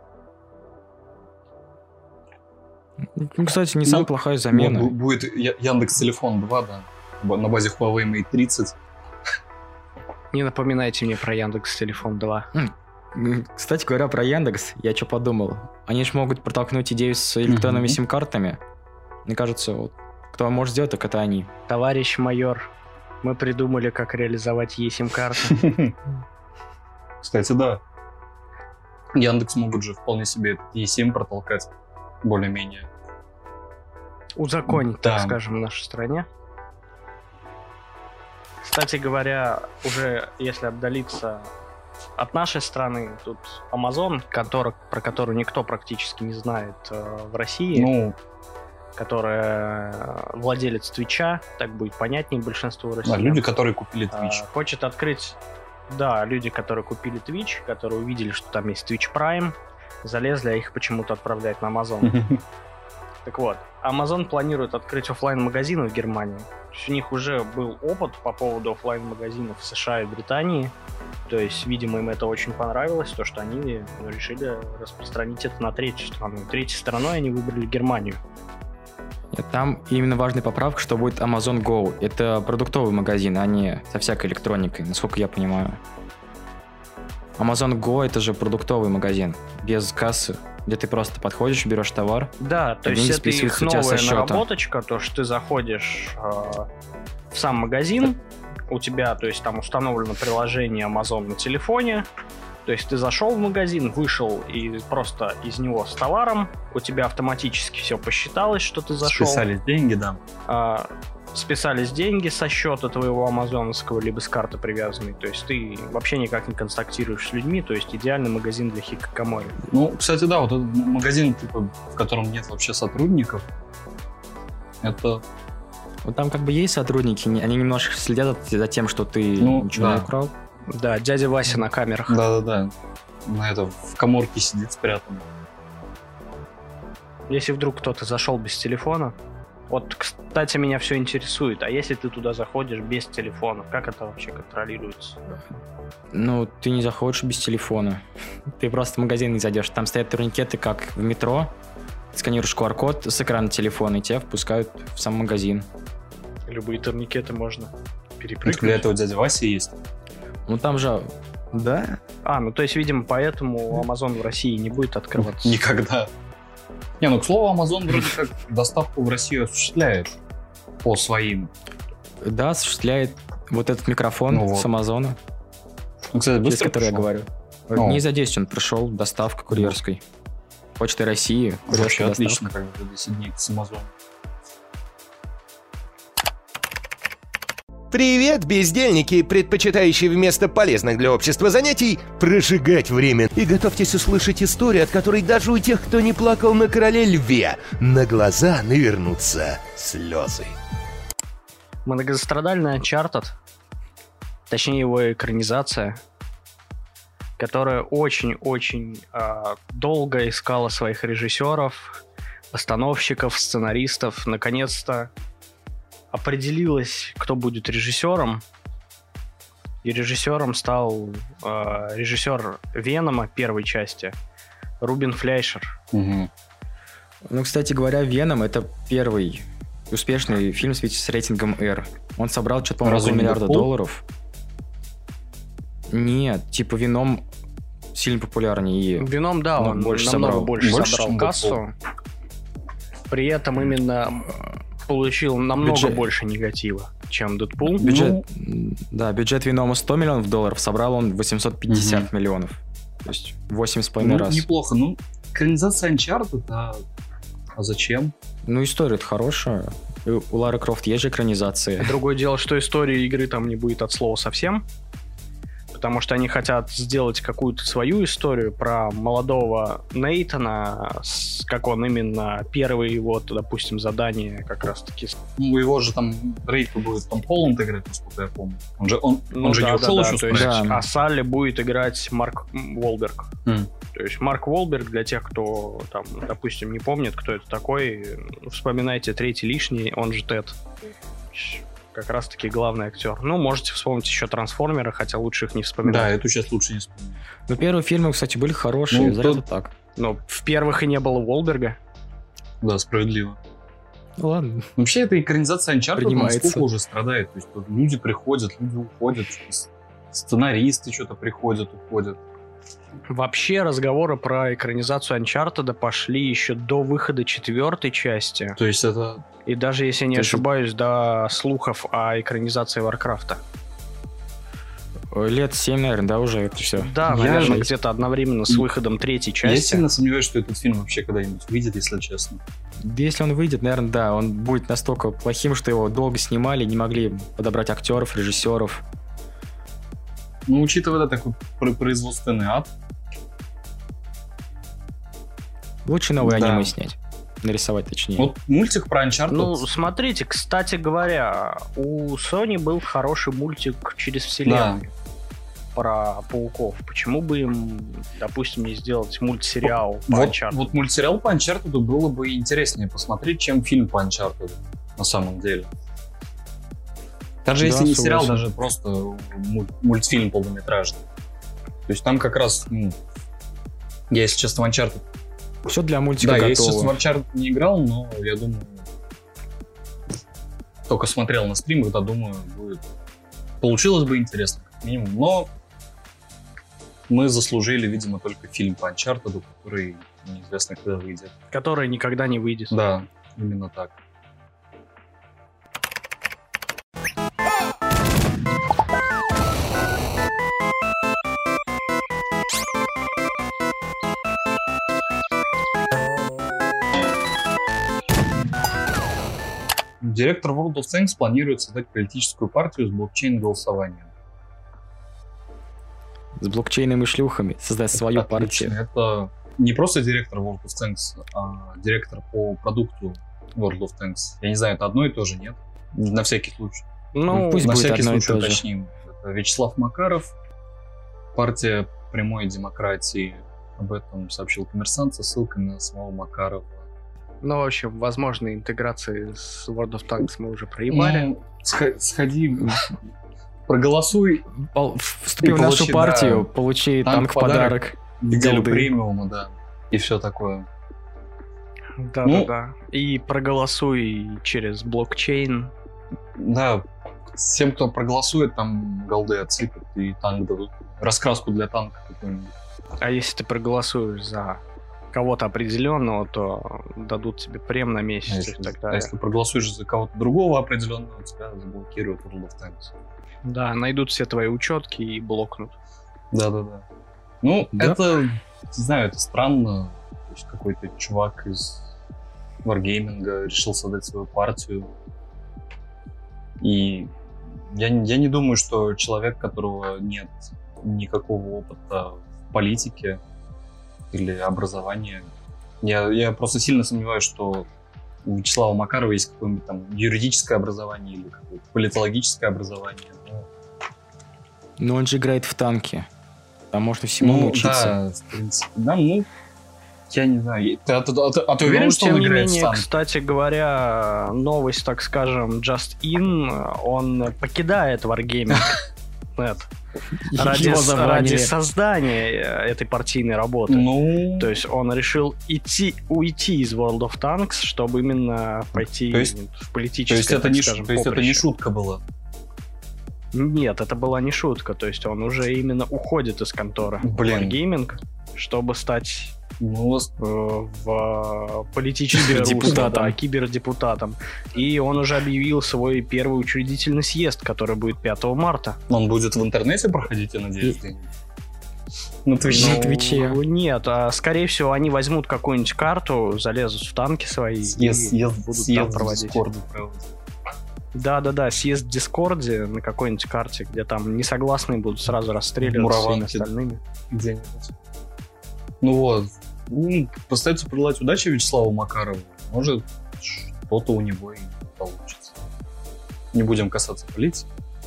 Ну, кстати, не самая ну, плохая замена. Ну, будет Яндекс Телефон два, да, на базе Huawei Mate тридцать. Не напоминайте мне про Яндекс Телефон два. Кстати говоря, про Яндекс, я что подумал. Они же могут протолкнуть идею с электронными mm-hmm. сим-картами. Мне кажется, вот, кто может сделать, так это они. Товарищ майор, мы придумали, как реализовать e-сим-карты. Кстати, да. Яндекс могут же вполне себе e-сим протолкать более-менее. Узаконить, да. так скажем, в нашей стране. Кстати говоря, уже если отдалиться от нашей страны, тут Amazon, который, про который никто практически не знает э, в России, ну, которая владелец Твича, так будет понятнее большинству россиян. Да, люди, которые купили Twitch. Э, хочет открыть... Да, люди, которые купили Twitch, которые увидели, что там есть Twitch Prime, залезли, а их почему-то отправляют на Amazon. Так вот, Amazon планирует открыть офлайн-магазины в Германии. То есть у них уже был опыт по поводу офлайн-магазинов в США и Британии. То есть, видимо, им это очень понравилось, то, что они решили распространить это на третью страну. Третьей страной они выбрали Германию. Нет, там именно важная поправка, что будет Amazon Go. Это продуктовый магазин, а не со всякой электроникой, насколько я понимаю. Amazon Go — это же продуктовый магазин, без кассы, где ты просто подходишь, берешь товар. Да, то есть это их новая наработочка, то, что ты заходишь э, в сам магазин, у тебя, то есть там установлено приложение Amazon на телефоне, то есть ты зашел в магазин, вышел и просто из него с товаром, у тебя автоматически все посчиталось, что ты зашел. Списались деньги, да. Э, списались деньги со счета твоего амазоновского, либо с карты привязанной, то есть ты вообще никак не контактируешь с людьми, то есть идеальный магазин для хикакамори. Ну, кстати, да, вот этот магазин, типа, в котором нет вообще сотрудников, это... Вот там как бы есть сотрудники, они немножко следят за тем, что ты ну, ничего да. не украл. Да, дядя Вася на камерах. Да-да-да, на это, в каморке сидит спрятан. Если вдруг кто-то зашел без телефона, Вот, кстати, меня все интересует. А если ты туда заходишь без телефона, как это вообще контролируется? Ну, ты не заходишь без телефона. Ты просто в магазин не зайдешь. Там стоят турникеты, как в метро. Сканируешь ку ар код с экрана телефона, и тебя впускают в сам магазин. Любые турникеты можно перепрыгнуть. Для этого дядя Вася есть. Ну, там же... Да? А, ну то есть, видимо, поэтому Amazon в России не будет открываться. Никогда. Не, ну, к слову, Amazon вроде как доставку в Россию осуществляет по своим. Да, осуществляет вот этот микрофон ну, вот. с Амазона. Ну, кстати, быстро через который я говорю. Ну. Дней за десять он пришел, доставка курьерской. Почты России. Вообще отлично, как бы за десять дней с Амазоном. Привет, бездельники, предпочитающие вместо полезных для общества занятий прожигать время. И готовьтесь услышать историю, от которой даже у тех, кто не плакал на короле льве, на глаза навернутся слезы. Многострадальный Uncharted, точнее его экранизация, которая очень-очень э, долго искала своих режиссеров, постановщиков, сценаристов, наконец-то определилась, кто будет режиссером. И режиссером стал э, режиссер Венома первой части Рубен Флейшер. Угу. Ну, кстати говоря, Веном — это первый успешный фильм с рейтингом R. Он собрал что-то, по-моему, около миллиарда долларов. Нет, типа Веном сильно популярнее. И Веном, да, он больше намного собрал. больше, больше собрал кассу. При этом именно получил намного бюджет. больше негатива, чем Дэдпул. Бюджет, ну... Да, бюджет Венома сто миллионов долларов, собрал он восемьсот пятьдесят угу. миллионов. То есть восемь с половиной ну, раз. Неплохо. Ну, экранизация Uncharted, а... а зачем? Ну, история-то хорошая. И у Лары Крофт есть же экранизация. Другое дело, что история игры там не будет от слова совсем. Потому что они хотят сделать какую-то свою историю про молодого Нейтана, как он именно первое его, допустим, задание как раз-таки. Ну, его же там Дрейка будет Том Холланд играть, насколько я помню. Он же, он, ну, он же да, не ушел да, еще да, то есть, да. А Салли будет играть Марк Уолберг. Mm. То есть Марк Уолберг, для тех, кто, там, допустим, не помнит, кто это такой, вспоминайте «Третий лишний», он же Тед. Как раз-таки главный актер. Ну, можете вспомнить еще «Трансформеры», хотя лучше их не вспоминать. Да, эту сейчас лучше не вспомнить. Ну, первые фильмы, кстати, были хорошие, ну, зря то так. Но в первых и не было Уолберга. Да, справедливо. Ну, ладно. Вообще, эта экранизация Uncharted сколько уже страдает. То есть люди приходят, люди уходят, сценаристы что-то приходят, уходят. Вообще разговоры про экранизацию Uncharted пошли еще до выхода четвертой части. То есть это... И даже, если не То ошибаюсь, есть... до слухов о экранизации Варкрафта. Лет семь, наверное, да, уже это все. Да, я наверное, же... где-то одновременно с выходом третьей части. Я сильно сомневаюсь, что этот фильм вообще когда-нибудь выйдет, если честно. Если он выйдет, наверное, да, он будет настолько плохим, что его долго снимали, не могли подобрать актеров, режиссеров. Ну, учитывая, да, такой производственный ад. Лучше новое да. аниме снять. Нарисовать точнее. Вот мультик про Uncharted. Ну, смотрите, кстати говоря, у Sony был хороший мультик через вселенную. Да. Про пауков. Почему бы им, допустим, не сделать мультсериал вот, по вот, Uncharted? Вот мультсериал по Uncharted было бы интереснее посмотреть, чем фильм по Uncharted, на самом деле. Даже да, если не сериал, даже просто мультфильм полнометражный. То есть там как раз, ну, я, если честно, в Uncharted... Все для мультика да, готово. Да, я, если честно, в Uncharted не играл, но я думаю... Только смотрел на стримах, да, думаю, будет... Получилось бы интересно, как минимум. Но мы заслужили, видимо, только фильм по Uncharted, который неизвестно, когда выйдет. Который никогда не выйдет. Да, именно так. Директор World of Tanks планирует создать политическую партию с блокчейн-голосованием. С блокчейном и шлюхами создать свою Отлично. партию. Это не просто директор World of Tanks, а директор по продукту World of Tanks. Я не знаю, это одно и то же, нет? На всякий случай. Ну, пусть на будет всякий одно случай и то уточним. Это Вячеслав Макаров, партия прямой демократии. Об этом сообщил Коммерсант со ссылкой на самого Макарова. Ну, в общем, возможные интеграции с World of Tanks мы уже проебали. Ну, сходи, проголосуй. Вступи в нашу партию, да, получи танк в подарок. Делу премиума, да. И все такое. Да, ну, да, да. И проголосуй через блокчейн. Да, с тем, кто проголосует, там голды отсыпят и танк дадут. Раскраску для танка какую-нибудь. А если ты проголосуешь за кого-то определенного, то дадут тебе прем на месяц. А если, и так далее. А если проголосуешь за кого-то другого определенного, тебя заблокируют World of Tanks. Да, найдут все твои учетки и блокнут. Да-да-да. Ну, да? это, не знаю, это странно. То есть какой-то чувак из Wargaming решил создать свою партию. И я, я не думаю, что человек, у которого нет никакого опыта в политике или образования, я, я просто сильно сомневаюсь, что у Вячеслава Макарова есть какое-нибудь там юридическое образование или какое-то политологическое образование. Но, Но он же играет в танки. Там можно всему ну, научиться. Да, в принципе. Да, ну, я не знаю. Ты, а, ты, а, ты, а ты уверен, ну, что он играет менее, в танки? Кстати говоря, новость, так скажем, Just In, он покидает Wargaming ради, ради создания этой партийной работы. Ну... То есть он решил идти, уйти из World of Tanks, чтобы именно пойти есть, в политическое, то есть это не, скажем, то есть это не шутка была? Нет, это была не шутка. То есть он уже именно уходит из конторы Wargaming, чтобы стать ну, э, в политическое русло, да, кибердепутатом. И он уже объявил свой первый учредительный съезд, который будет пятого марта. Он будет в интернете проходить, я надеюсь? И... На Твиче. На Твиче. Ну, нет, а скорее всего они возьмут какую-нибудь карту, залезут в танки свои съезд, и съезд, будут съезд там проводить. Да-да-да, съезд в Дискорде на какой-нибудь карте, где там несогласные будут сразу расстреливаться всеми остальными. Где-нибудь. Ну вот. Ну, постараться пожелать удачи Вячеславу Макарову. Может, что-то у него и получится. Не будем касаться политики.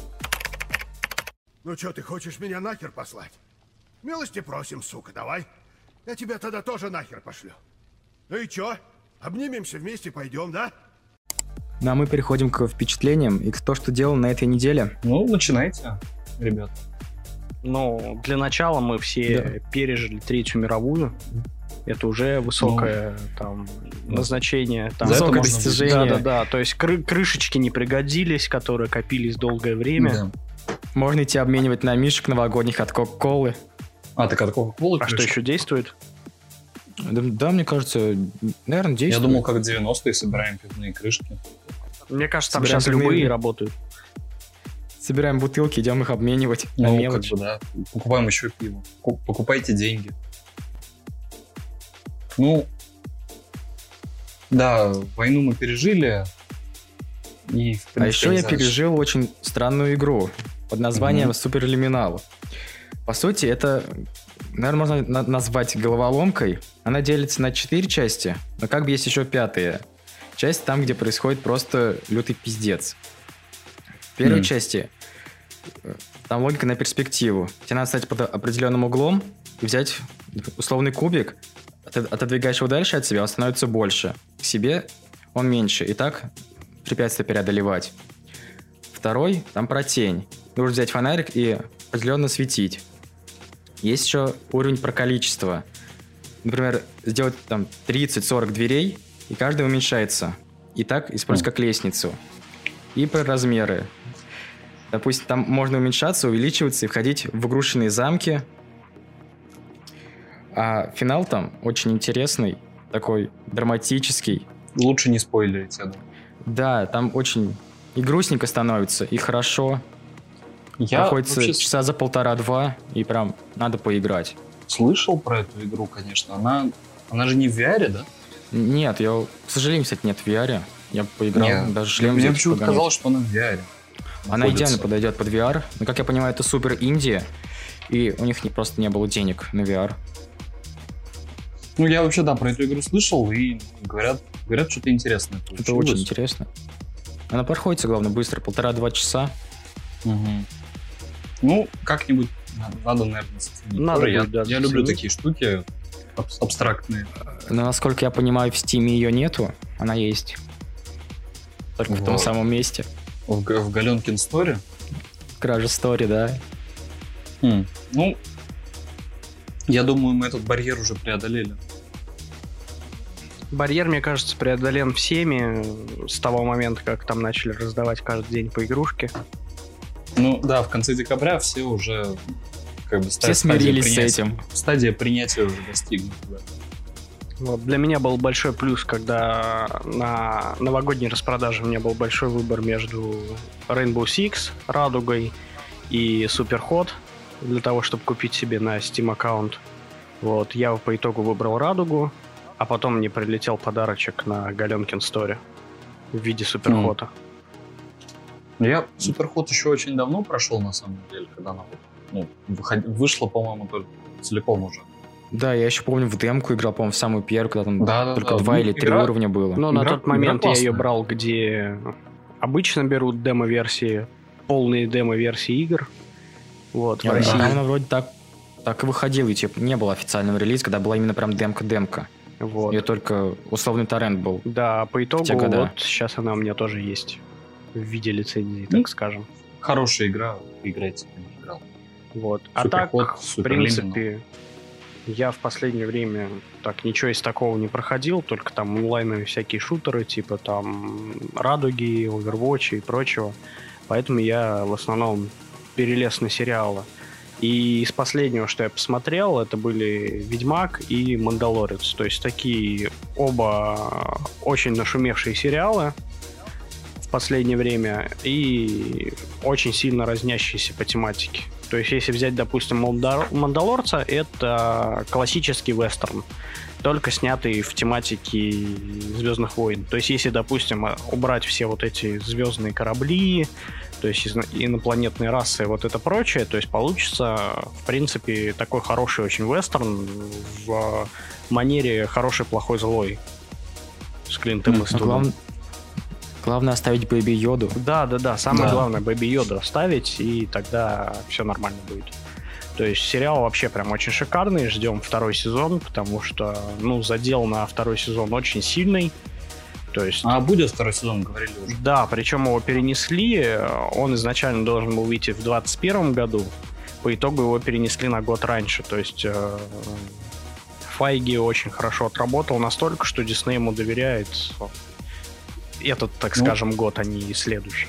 Ну что, ты хочешь меня нахер послать? Милости просим, сука, давай. Я тебя тогда тоже нахер пошлю. Ну и чё? Обнимемся вместе, пойдем, да? Ну а мы переходим к впечатлениям и к то, что делал на этой неделе. Ну, начинайте, ребят. Ну, для начала мы все да. пережили Третью мировую. Это уже высокое ну, там да. назначение. Там, высокое достижение. Да-да-да. То есть кры- крышечки не пригодились, которые копились долгое время. Да. Можно идти обменивать на мишек новогодних от Кока-Колы. А, так от Кока-Колы А крышка. Что еще действует? Да, да, мне кажется, наверное, действует. Я думал, как в девяностые собираем пивные крышки. Мне кажется, там собираем сейчас пивные... любые работают. Собираем бутылки, идем их обменивать ну, на мелочь. Как бы, да. Покупаем еще пиво. Покупайте деньги. Ну, да, войну мы пережили. И, в принципе, а еще я пережил очень странную игру под названием mm-hmm. Суперлиминал. По сути, это, наверное, можно на- назвать головоломкой. Она делится на четыре части, но как бы есть еще пятая. Часть там, где происходит просто лютый пиздец. В первой mm. части там логика на перспективу. Тебе надо стать под определенным углом и взять условный кубик, отодвигаешь его дальше от себя, он становится больше. К себе он меньше. И так препятствия преодолевать. Второй, там про тень. Нужно взять фонарик и определенно светить. Есть еще уровень про количество. Например, сделать там тридцать-сорок дверей, и каждая уменьшается. И так использовать как лестницу. И про размеры. Допустим, там можно уменьшаться, увеличиваться и входить в игрушечные замки. А финал там очень интересный, такой драматический. Лучше не спойлерить, я думаю. Да, там очень и грустненько становится, и хорошо. Я Находится вообще... часа за полтора-два, и прям надо поиграть. Слышал про эту игру, конечно. Она, она же не в ви ар, да? Нет, я, к сожалению, кстати, нет в ви ар. Я поиграл, нет. даже шлем Мне почему-то казалось, что она в ви ар. Она находится. Идеально подойдет под ви ар. Но, как я понимаю, это супер Индия, и у них не, просто не было денег на ви ар. Ну, я вообще, да, про эту игру слышал, и говорят, говорят что-то интересное получилось. Это очень интересно. Она проходится, главное, быстро, полтора-два часа. Угу. Ну, как-нибудь надо, наверное, заценить. Надо я, будет, да, я люблю такие штуки. аб- абстрактные. Но, насколько я понимаю, в Steam ее нету, она есть. Только вот. В том самом месте. В, в Галенкин Story? Кража Story, да. Хм. Ну, я думаю, мы этот барьер уже преодолели. Барьер, мне кажется, преодолен всеми с того момента, как там начали раздавать каждый день по игрушке. Ну да, в конце декабря все уже как бы все смирились с этим. Стадия принятия уже достигнута. Да. Вот, для меня был большой плюс, когда на новогодней распродаже у меня был большой выбор между Rainbow Six, Радугой и Superhot для того, чтобы купить себе на Steam аккаунт. Вот, я по итогу выбрал Радугу, а потом мне прилетел подарочек на Галенкин Story в виде Суперхота. Mm. Я Суперхот еще очень давно прошел, на самом деле, когда она ну, выход... вышла, по-моему, только целиком уже. Да, я еще помню, в демку играл, по-моему, в самую первую, когда там да, только да, два да. или Игра... три уровня было. Ну, на тот момент я ее брал, где обычно берут демо-версии, полные демо-версии игр. Вот, в а, России. Да, она вроде так, так и выходила, и типа не было официального релиза, когда была именно прям демка-демка. Вот. И только условный торрент был. Да, по итогу вот сейчас она у меня тоже есть в виде лицензии, так mm. скажем. Хорошая игра, играйте, не играл. Вот. А так, в принципе, я в последнее время так ничего из такого не проходил, только там онлайновые всякие шутеры, типа там Радуги, Overwatch и прочего. Поэтому я в основном перелез на сериалы. И из последнего, что я посмотрел, это были «Ведьмак» и «Мандалорец». То есть такие оба очень нашумевшие сериалы в последнее время и очень сильно разнящиеся по тематике. То есть если взять, допустим, «Мандалорца», это классический вестерн, только снятый в тематике «Звездных войн». То есть если, допустим, убрать все вот эти звездные корабли, то есть инопланетные расы, вот это прочее, то есть получится, в принципе, такой хороший очень вестерн в манере «Хороший, плохой, злой» с Клинтом Иствудом. Глав... Главное оставить Бэби Йоду. Да, да, да, самое да. главное Бэби Йоду оставить, и тогда все нормально будет. То есть сериал вообще прям очень шикарный, ждем второй сезон, потому что, ну, задел на второй сезон очень сильный. То есть... А будет второй сезон, говорили уже. Да, причем его перенесли, он изначально должен был выйти в двадцать первом году, по итогу его перенесли на год раньше, то есть э, Файги очень хорошо отработал настолько, что Дисней ему доверяет этот, так ну, скажем, год, а не следующий.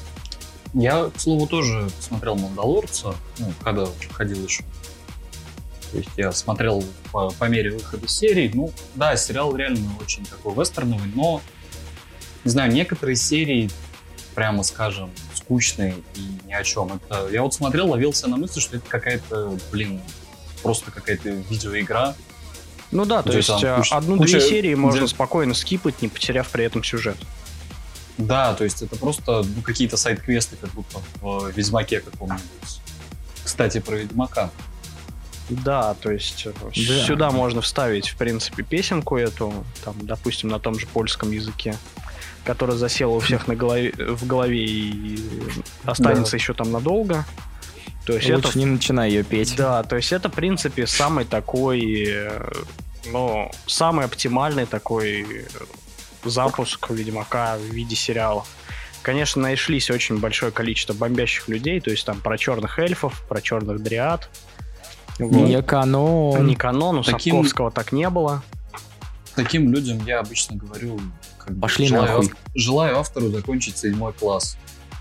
Я, к слову, тоже смотрел «Мандалорца», ну, когда ходил еще. То есть я смотрел по, по мере выхода серий. Ну, да, сериал реально очень такой вестерновый, но, не знаю, некоторые серии, прямо скажем, скучные и ни о чем. Это, я вот смотрел, ловился на мысли, что это какая-то, блин, просто какая-то видеоигра. Ну да, то есть одну-две серии можно где... спокойно скипать, не потеряв при этом сюжет. Да, то есть это просто ну, какие-то сайд-квесты, как будто в Ведьмаке каком-нибудь. Кстати, про Ведьмака. Да, то есть да. Сюда можно вставить, в принципе, песенку эту, там, допустим, на том же польском языке, которая засела у всех на голове, в голове и останется да. еще там надолго. То есть лучше это... не начинай ее петь. Да, то есть это, в принципе, самый такой, ну, самый оптимальный такой запуск Ведьмака в виде сериала. Конечно, нашлись очень большое количество бомбящих людей, то есть там про черных эльфов, про черных дриад. Вот. Не канон. Не канон, у таким... Сапковского так не было. Таким людям я обычно говорю, как пошли желаю, нахуй. Ав... желаю автору закончить седьмой класс.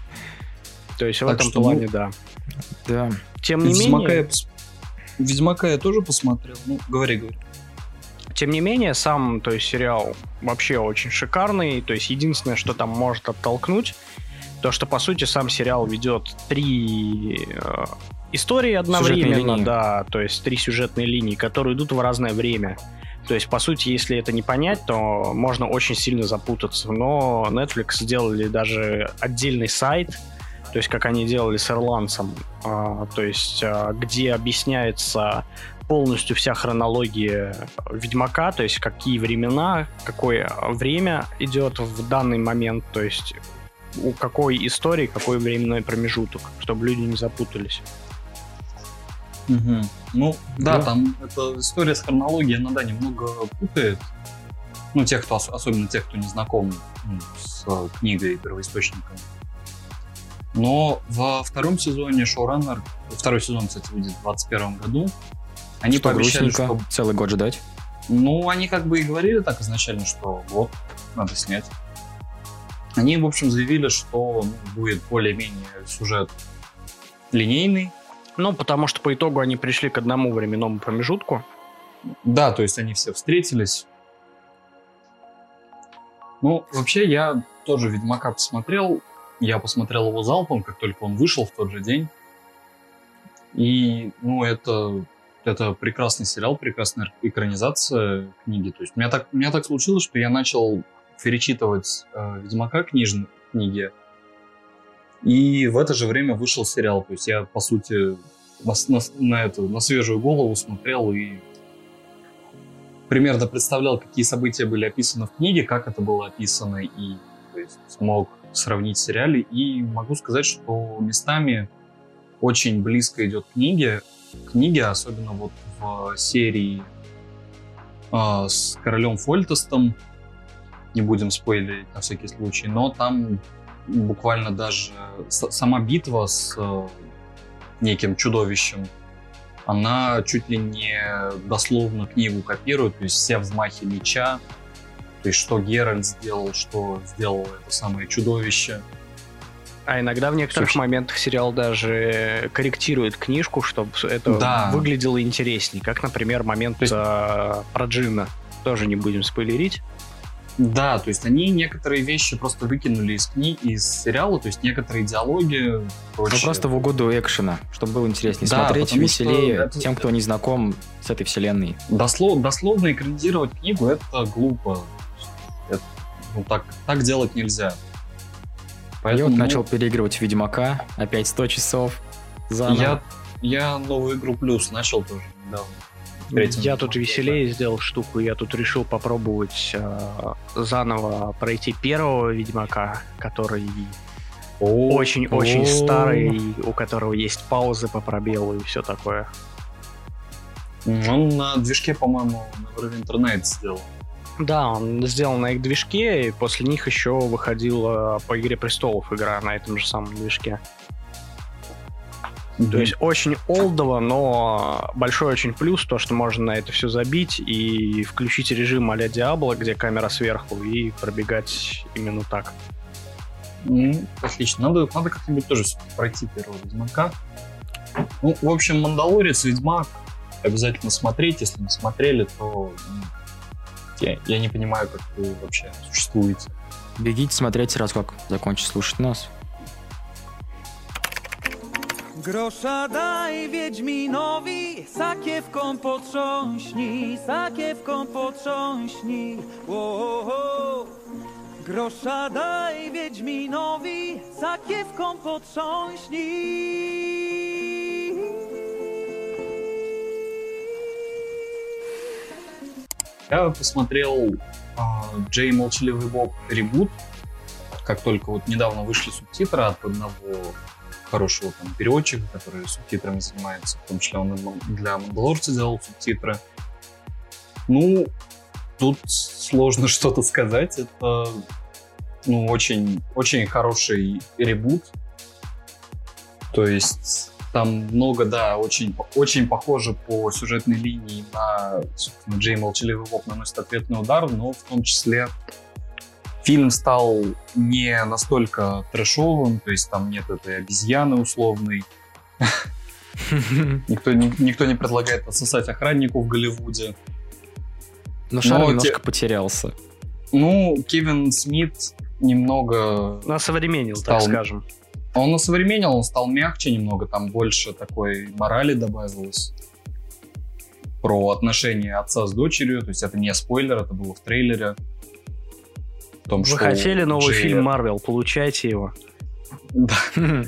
То есть в так этом что, плане, ну... да. Да. Тем не Ведьмака менее... Я пос... Ведьмака я тоже посмотрел. Ну, говори, говори. Тем не менее, сам, то есть, сериал вообще очень шикарный. То есть, единственное, что там может оттолкнуть, то, что, по сути, сам сериал ведет три э, истории одновременно, да, то есть, три сюжетные линии, которые идут в разное время. То есть, по сути, если это не понять, то можно очень сильно запутаться. Но Netflix сделали даже отдельный сайт, то есть, как они делали с «Ирландцем», э, то есть, э, где объясняется полностью вся хронология Ведьмака, то есть какие времена, какое время идет в данный момент, то есть у какой истории какой временной промежуток, чтобы люди не запутались. Угу. Ну, да, Ну. там эта история с хронологией иногда немного путает. Ну, тех, кто, ос- особенно тех, кто не знаком ну, с э, книгой и первоисточником. Но во втором сезоне шоураннер, второй сезон, кстати, выйдет в двадцать первом году, они Что пообещали, грустненько, что... целый год ждать. Ну, они как бы и говорили так изначально, что вот, надо снять. Они, в общем, заявили, что ну, будет более-менее сюжет линейный. Ну, потому что по итогу они пришли к одному временному промежутку. Да, то есть они все встретились. Ну, вообще, я тоже Ведьмака посмотрел. Я посмотрел его залпом, как только он вышел в тот же день. И, ну, это, это прекрасный сериал, прекрасная экранизация книги. То есть у меня так, у меня так случилось, что я начал перечитывать э, Ведьмака книжные книги. И в это же время вышел сериал. То есть я, по сути, на, на, на, эту, на свежую голову смотрел и примерно представлял, какие события были описаны в книге, как это было описано, и то есть, смог сравнить в сериале. И могу сказать, что местами очень близко идет к книге, книге, особенно вот в серии э, с королем Фольтестом. Не будем спойлерить на всякий случай, но там буквально даже с- сама битва с э, неким чудовищем, она чуть ли не дословно книгу копирует, то есть все взмахи меча, то есть что Геральт сделал, что сделало это самое чудовище. А иногда в некоторых Слушай. моментах сериал даже корректирует книжку, чтобы это Да. выглядело интересней. Как, например, момент То есть- э, про Джинна. Тоже не будем спойлерить. Да, то есть они некоторые вещи просто выкинули из книг, из сериала, то есть некоторые диалоги, Ну, прочее. просто в угоду экшена, чтобы было интереснее Да, смотреть, потому что веселее это- тем, кто не знаком с этой вселенной. Дослов, дословно экранизировать книгу — это глупо. Это, ну, так, так делать нельзя. Я Поэтому, вот ну, начал переигрывать Ведьмака, опять сто часов заново. я, я новую игру плюс начал тоже недавно. Третьим Я тут Ведьмаком, веселее сделал штуку. Я тут решил попробовать э, заново пройти первого Ведьмака, который О, очень-очень о. старый, у которого есть паузы по пробелу и все такое. Он на движке, по-моему, на Neverwinter Nights сделал. Да, он сделал на их движке, и после них еще выходила по Игре Престолов игра на этом же самом движке. То есть очень олдово, но большой очень плюс то, что можно на это все забить и включить режим а-ля Диабло, где камера сверху, и пробегать именно так. Ну, отлично. Надо, надо как-нибудь тоже всё-таки пройти первого Ведьмака. Ну, в общем, Мандалорец, Ведьмак обязательно смотреть. Если не смотрели, то ну, я, я не понимаю, как вы вообще существуете. Бегите смотреть сразу, как закончить слушать нас. Grosza daj Wiedźminowi, sakiewką potrząśnij, sakiewką potrząśnij. Wo-ho-ho. Grosza daj Wiedźminowi, sakiewką potrząśnij. Я посмотрел а, Джей Молчаливый Боб ребут, как только вот недавно вышли субтитры от одного хорошего там переводчика, который субтитрами занимается, в том числе он и для Мандалорца делал субтитры. Ну, тут сложно что-то сказать. Это ну, очень, очень хороший ребут. То есть там много, да, очень, очень похоже по сюжетной линии на, собственно, Джей Молчаливый Боб наносит ответный удар, но в том числе фильм стал не настолько трэшовым, то есть там нет этой обезьяны условной. Никто не, никто не предлагает отсосать охраннику в Голливуде. Но шар Но немножко те- потерялся. Ну, Кевин Смит немного... Насовременил, стал- так скажем. Он насовременил, он стал мягче немного, там больше такой морали добавилось. Про отношения отца с дочерью, то есть это не спойлер, это было в трейлере. В том, Вы что хотели новый Джей- фильм Марвел, получайте его. Да.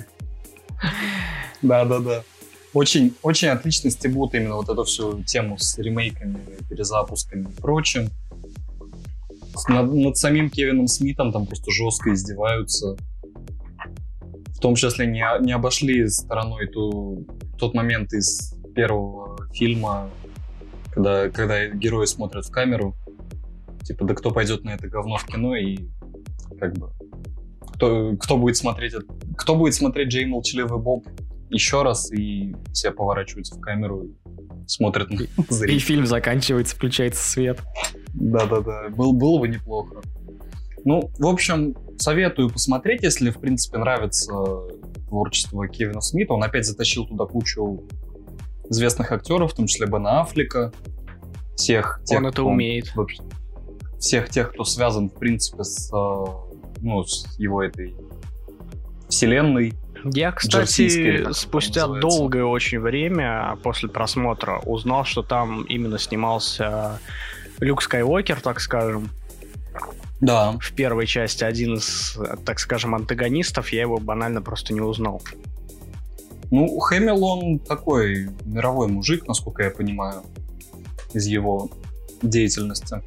Да, да, да. Очень, очень отлично стебут именно вот эту всю тему с ремейками, перезапусками и прочим. С- Над, над самим Кевином Смитом там просто жестко издеваются. В том числе не, не обошли стороной ту, тот момент из первого фильма, когда, когда герои смотрят в камеру, типа, да кто пойдет на это говно в кино, и как бы кто, кто будет смотреть это, кто будет смотреть Джей Молчаливый Боб еще раз, и все поворачиваются в камеру и смотрят на зрителей. И фильм заканчивается, включается свет. Да-да-да, Был, было бы неплохо. Ну, в общем, советую посмотреть, если, в принципе, нравится творчество Кевина Смита. Он опять затащил туда кучу известных актеров, в том числе Бена Аффлека. Всех тех, он это кто, умеет. Вообще, всех тех, кто связан, в принципе, с, ну, с его этой вселенной. Я, кстати, спустя долгое очень время после просмотра узнал, что там именно снимался Люк Скайуокер, так скажем. Да. В первой части один из, так скажем, антагонистов. Я его банально просто не узнал. Ну, Хэмилл, он такой мировой мужик, насколько я понимаю, из его деятельности.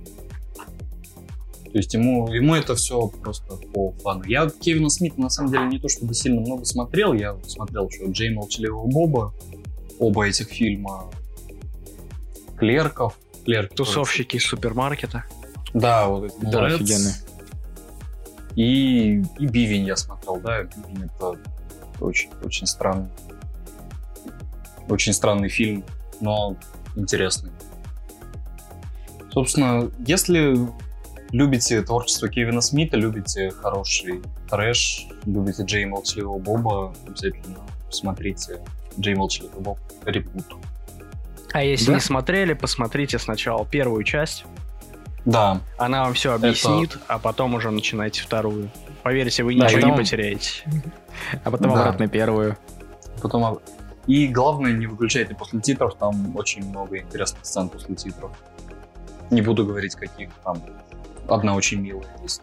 То есть ему, ему это все просто по фану. Я Кевина Смита, на самом деле, не то чтобы сильно много смотрел. Я смотрел еще Джей Молчаливого Боба, оба этих фильма, Клерков. Клерки, Тусовщики из супермаркета. Да, вот эти. Да, офигенные. И, и Бивень я смотрел, да. Бивень это очень, очень странный. Очень странный фильм, но интересный. Собственно, если любите творчество Кевина Смита, любите хороший трэш, любите Джей Молчаливого Боба, обязательно посмотрите Джей Молчаливый Боб ребут. А если да? не смотрели, посмотрите сначала первую часть. Да. Она вам все объяснит, это... а потом уже начинайте вторую. Поверьте, вы да, ничего потом... не потеряете. А потом да. обратно первую. Потом... И главное, не выключайте после титров, там очень много интересных сцен после титров. Не буду говорить, каких там. Одна очень милая есть.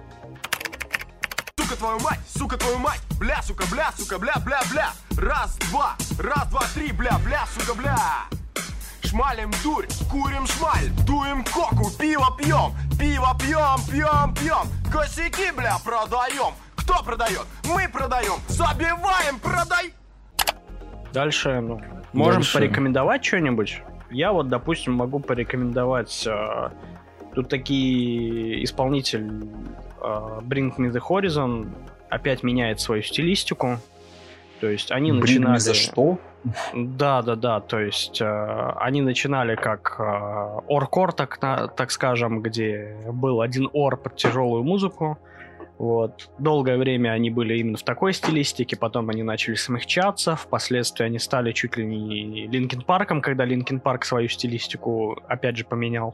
Сука твою мать, сука твою мать, бля, сука, бля, сука, бля, бля, бля. Раз, два, раз, два, три, бля, бля, сука, бля. Шмалим дурь, курим шмаль, дуем коку, пиво пьем, пиво пьем, пьем, пьем. Косяки, бля, продаем. Кто продает? Мы продаем. Забиваем, продай. Дальше, ну, можем Дальше. порекомендовать что-нибудь. Я вот, допустим, могу порекомендовать. Э, тут такие исполнитель э, Bring Me The Horizon опять меняет свою стилистику. То есть они Bring начинали... Me за что? Да, да, да. То есть э, они начинали как э, оркор, так, на, так скажем, где был один ор под тяжелую музыку. Вот. Долгое время они были именно в такой стилистике, потом они начали смягчаться, впоследствии они стали чуть ли не Линкин Парком, когда Линкин Парк свою стилистику опять же поменял.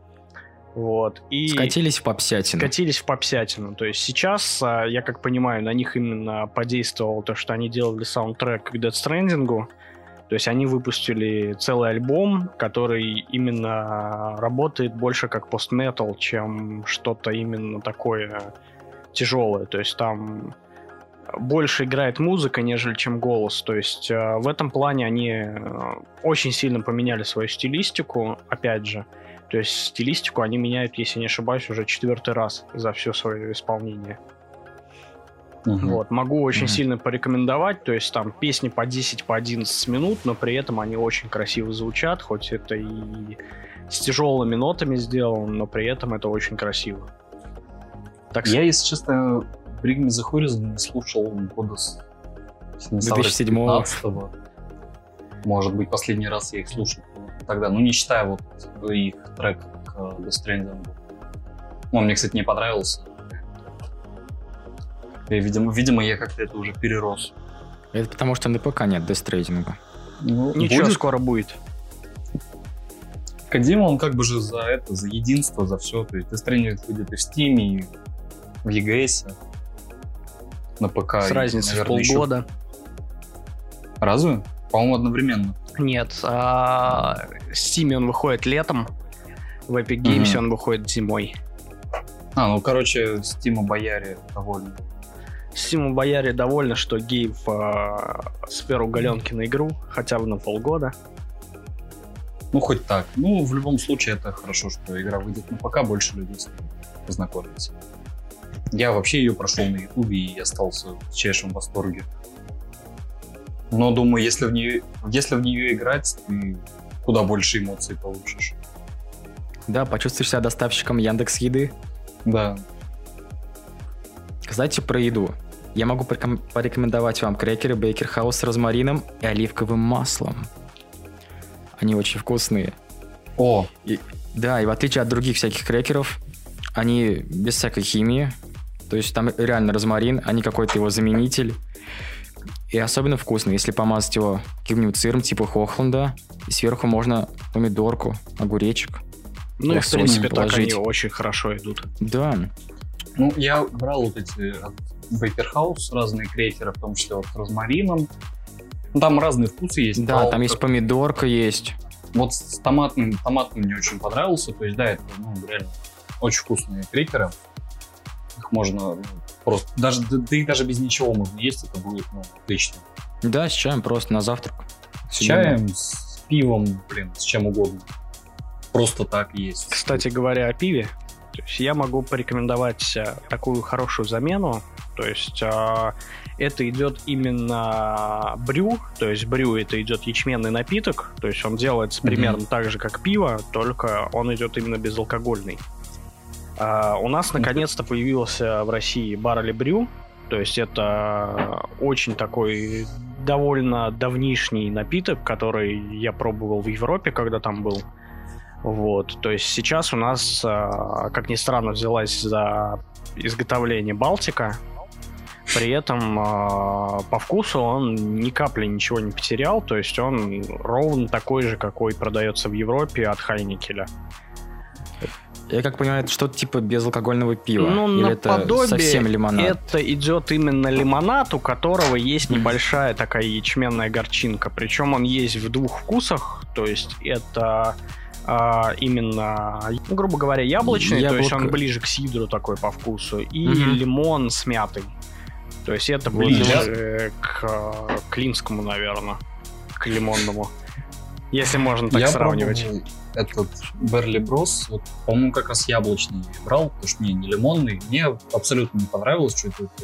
Вот. И скатились в попсятину. Скатились в попсятину. То есть сейчас, я как понимаю, на них именно подействовало то, что они делали саундтрек к Death Stranding. То есть они выпустили целый альбом, который именно работает больше как пост-метал, чем что-то именно такое тяжелое. То есть там больше играет музыка, нежели чем голос. То есть э, в этом плане они э, очень сильно поменяли свою стилистику, опять же. То есть стилистику они меняют, если не ошибаюсь, уже четвертый раз за все свое исполнение. Uh-huh. Вот. Могу очень uh-huh. сильно порекомендовать. То есть там песни по десять, по одиннадцать минут, но при этом они очень красиво звучат, хоть это и с тяжелыми нотами сделано, но при этом это очень красиво. Так, я, если честно, Bring Me The Horizon не слушал года с две тысячи седьмого. пятнадцатого. Может быть, последний раз я их слушал тогда. Ну, не считая вот их трек к Death Stranding. Он мне, кстати, не понравился. И, видимо, видимо, я как-то это уже перерос. Это потому, что на ПК нет Death Stranding. Ну, ничего, будет? Скоро будет. Кодзима, он как бы же за это, за единство, за все. То есть Death Stranding выйдет и в Steam, и в и джи эс, на ПК. С разницей в полгода. Еще... Разве? По-моему, одновременно. Нет, а... в Steam он выходит летом, в Epic Games mm-hmm. он выходит зимой. А, ну, короче, Steam бояре довольны. Steam бояре довольны, что Гейб э, спер у Галенки на игру, хотя бы на полгода. Ну, хоть так. Ну, в любом случае, это хорошо, что игра выйдет на ПК, больше людей с ней познакомиться. Я вообще ее прошел на Ютубе и остался в чайшем восторге. Но думаю, если в нее, если в нее играть, ты куда больше эмоций получишь. Да, почувствуешь себя доставщиком Яндекс.Еды. Да. Кстати, про еду. Я могу пореком- порекомендовать вам крекеры Бейкер Хаус с розмарином и оливковым маслом. Они очень вкусные. О! И, да, и в отличие от других всяких крекеров, они без всякой химии. То есть там реально розмарин, а не какой-то его заменитель. И особенно вкусно, если помазать его каким-нибудь сыром типа Хохланда, и сверху можно помидорку, огуречек. Ну и в принципе так положить. они очень хорошо идут. Да. Ну, я брал вот эти от Baker House разные крекеры, в том числе вот с розмарином. Ну, там разные вкусы есть. Да, Брал там есть помидорка, есть. Вот с томатным, томатным мне очень понравился. То есть, да, это ну, реально очень вкусные крекеры. Их можно ну, просто... Даже, да, да их даже без ничего можно есть, это будет ну, отлично. Да, с чаем просто на завтрак. С чаем, с пивом, блин, с чем угодно. Просто так есть. Кстати говоря о пиве, то есть я могу порекомендовать такую хорошую замену. То есть э, это идет именно брю, то есть брю это идет ячменный напиток, то есть он делается mm-hmm. примерно так же, как пиво, только он идет именно безалкогольный. Э, у нас наконец-то появился в России баррели брю, то есть это очень такой довольно давнишний напиток, который я пробовал в Европе, когда там был. Вот, то есть сейчас у нас, как ни странно, взялась за изготовление Балтика. При этом по вкусу он ни капли ничего не потерял. То есть он ровно такой же, какой продается в Европе от Хайникеля. Я как понимаю, это что-то типа безалкогольного пива. Ну, или это совсем лимонад? Это идет именно лимонад, у которого есть небольшая такая ячменная горчинка. Причем он есть в двух вкусах. То есть это... А, именно, ну, грубо говоря, яблочный, Яблоко. То есть он ближе к сидру такой по вкусу, и угу. лимон с мятой. То есть это ближе вот. к клинскому, наверное, к лимонному, если можно так я сравнивать. Этот Берли Брос, вот, по-моему, как раз яблочный брал, потому что мне не лимонный, мне абсолютно не понравилось, что это.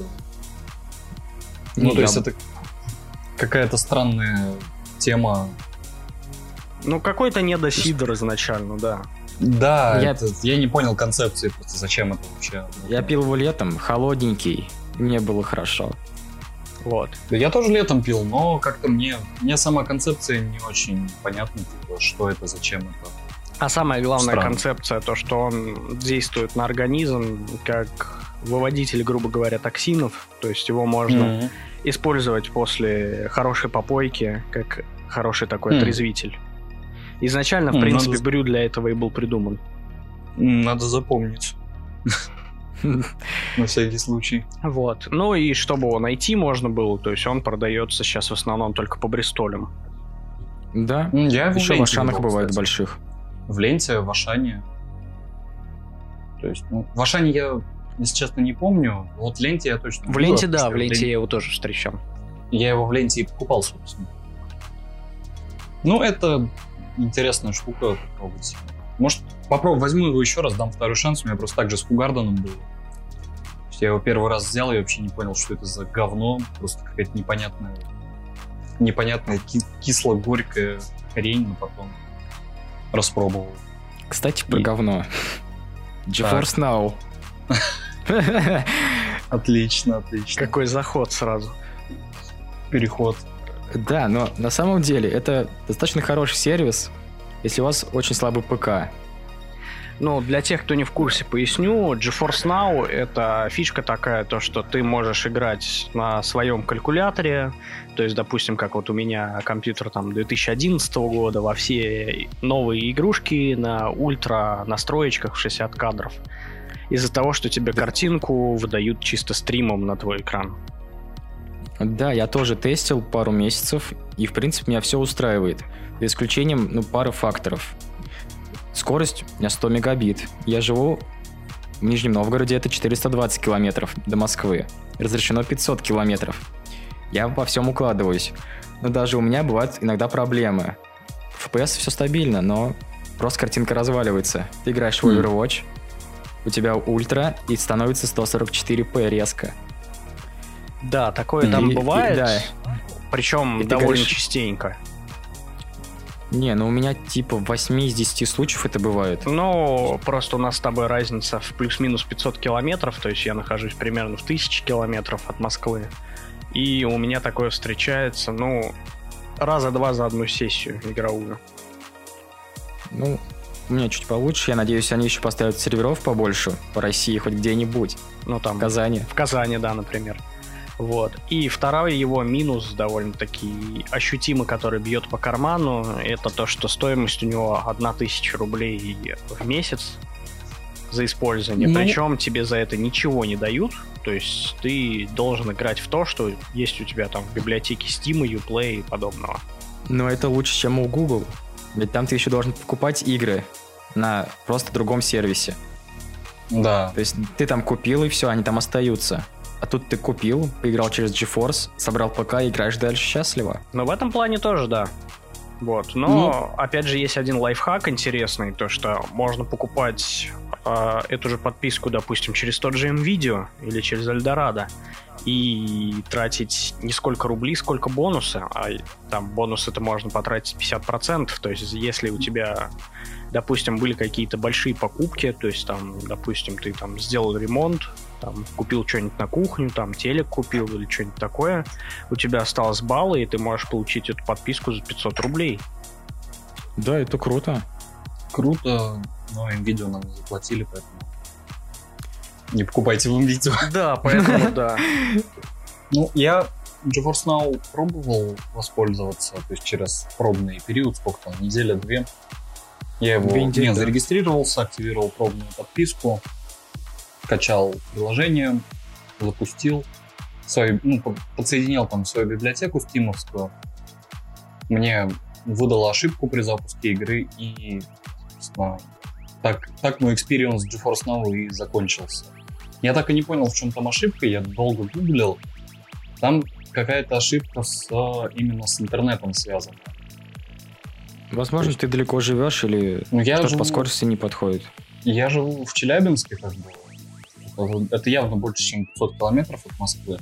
Ну, не, то есть я... это какая-то странная тема. Ну, какой-то недосидр изначально, да. Да, я... Это, я не понял концепции, просто зачем это вообще. Я пил его летом, холодненький, и мне было хорошо. Вот. Да я тоже летом пил, но как-то мне, мне сама концепция не очень понятна, типа, что это, зачем это. А самая главная Странно. концепция, то, что он действует на организм как выводитель, грубо говоря, токсинов, то есть его можно mm-hmm. использовать после хорошей попойки, как хороший такой mm-hmm. отрезвитель. Изначально, в принципе, Надо... брю для этого и был придуман. Надо запомнить. На всякий случай. Вот. Ну и чтобы его найти можно было, то есть он продается сейчас в основном только по Бристолям. Да. Я еще в Ашанах бывает больших. В Ленте, в Ашане. То есть, ну, в Ашане я, если честно, не помню. Вот в Ленте я точно... В Ленте, да, в Ленте я его тоже встречал. Я его в Ленте и покупал, собственно. Ну, это... интересная штука, попробуйте. Может, попробую, возьму его еще раз, дам второй шанс. У меня просто так же с Хугарденом было. Я его первый раз взял и вообще не понял, что это за говно. Просто какая-то непонятная, непонятная ки- кисло-горькая хрень, но потом распробовал. Кстати, про и... говно. GeForce Now. Отлично, отлично. Какой заход сразу. Переход. Да, но на самом деле это достаточно хороший сервис, если у вас очень слабый ПК. Ну, для тех, кто не в курсе, поясню. GeForce Now — это фишка такая, то, что ты можешь играть на своем калькуляторе. То есть, допустим, как вот у меня компьютер там две тысячи одиннадцатого года, во все новые игрушки на ультра настроечках в шестьдесят кадров. Из-за того, что тебе картинку выдают чисто стримом на твой экран. Да, я тоже тестил пару месяцев, и, в принципе, меня все устраивает. За исключением, ну, пары факторов. Скорость у меня сто мегабит. Я живу в Нижнем Новгороде, это четыреста двадцать километров до Москвы. Разрешено пятьсот километров. Я во всем укладываюсь. Но даже у меня бывают иногда проблемы. В эф пи эс все стабильно, но просто картинка разваливается. Ты играешь в Overwatch, у тебя ультра, и становится сто сорок четыре пэ резко. Да, такое там и, бывает. И, да. Причем И ты довольно говоришь- частенько. Не, ну у меня типа в восьми из десяти случаев это бывает. Ну, просто у нас с тобой разница в плюс-минус пятьсот километров, то есть я нахожусь примерно в тысяче километров от Москвы. И у меня такое встречается, ну, раза два за одну сессию игровую. Ну, у меня чуть получше. Я надеюсь, они еще поставят серверов побольше по России, хоть где-нибудь. Ну, там... В Казани. В Казани, да, например. Вот. И второй его минус довольно-таки ощутимый, который бьет по карману, это то, что стоимость у него одна тысяча рублей в месяц за использование. Ну... Причем тебе за это ничего не дают. То есть ты должен играть в то, что есть у тебя там в библиотеке Steam, Uplay и подобного. Но это лучше, чем у Google. Ведь там ты еще должен покупать игры на просто другом сервисе. Да. То есть ты там купил, и все, они там остаются. А тут ты купил, поиграл через GeForce, собрал ПК и играешь дальше счастливо. Но в этом плане тоже, да. Вот. Но, ну... опять же, есть один лайфхак интересный, то, что можно покупать э, эту же подписку, допустим, через тот же МВидео или через Эльдорадо и тратить не сколько рублей, сколько бонусы, а там бонусы-то можно потратить пятьдесят процентов, то есть если у тебя, допустим, были какие-то большие покупки, то есть там, допустим, ты там сделал ремонт, там, купил что-нибудь на кухню, там, телек купил или что-нибудь такое, у тебя осталось баллы, и ты можешь получить эту подписку за пятьсот рублей. Да, это круто. Круто, но МВидео нам не заплатили, поэтому не покупайте в МВидео. Да, поэтому да. Ну, я GeForce Now пробовал воспользоваться, то есть через пробный период, сколько там, неделя-две. Я его недели, не да. зарегистрировался, активировал пробную подписку, качал приложение, запустил, свою, ну, подсоединил там свою библиотеку стимовскую. Мне выдала ошибку при запуске игры, и, собственно, так, так мой экспириенс с GeForce Now и закончился. Я так и не понял, в чем там ошибка, я долго гуглил. Там какая-то ошибка с, именно с интернетом связана. Возможно, есть... ты далеко живешь или ну, я что-то живу... по скорости не подходит. Я живу в Челябинске, как бы. Это явно больше, чем пятьсот километров от Москвы.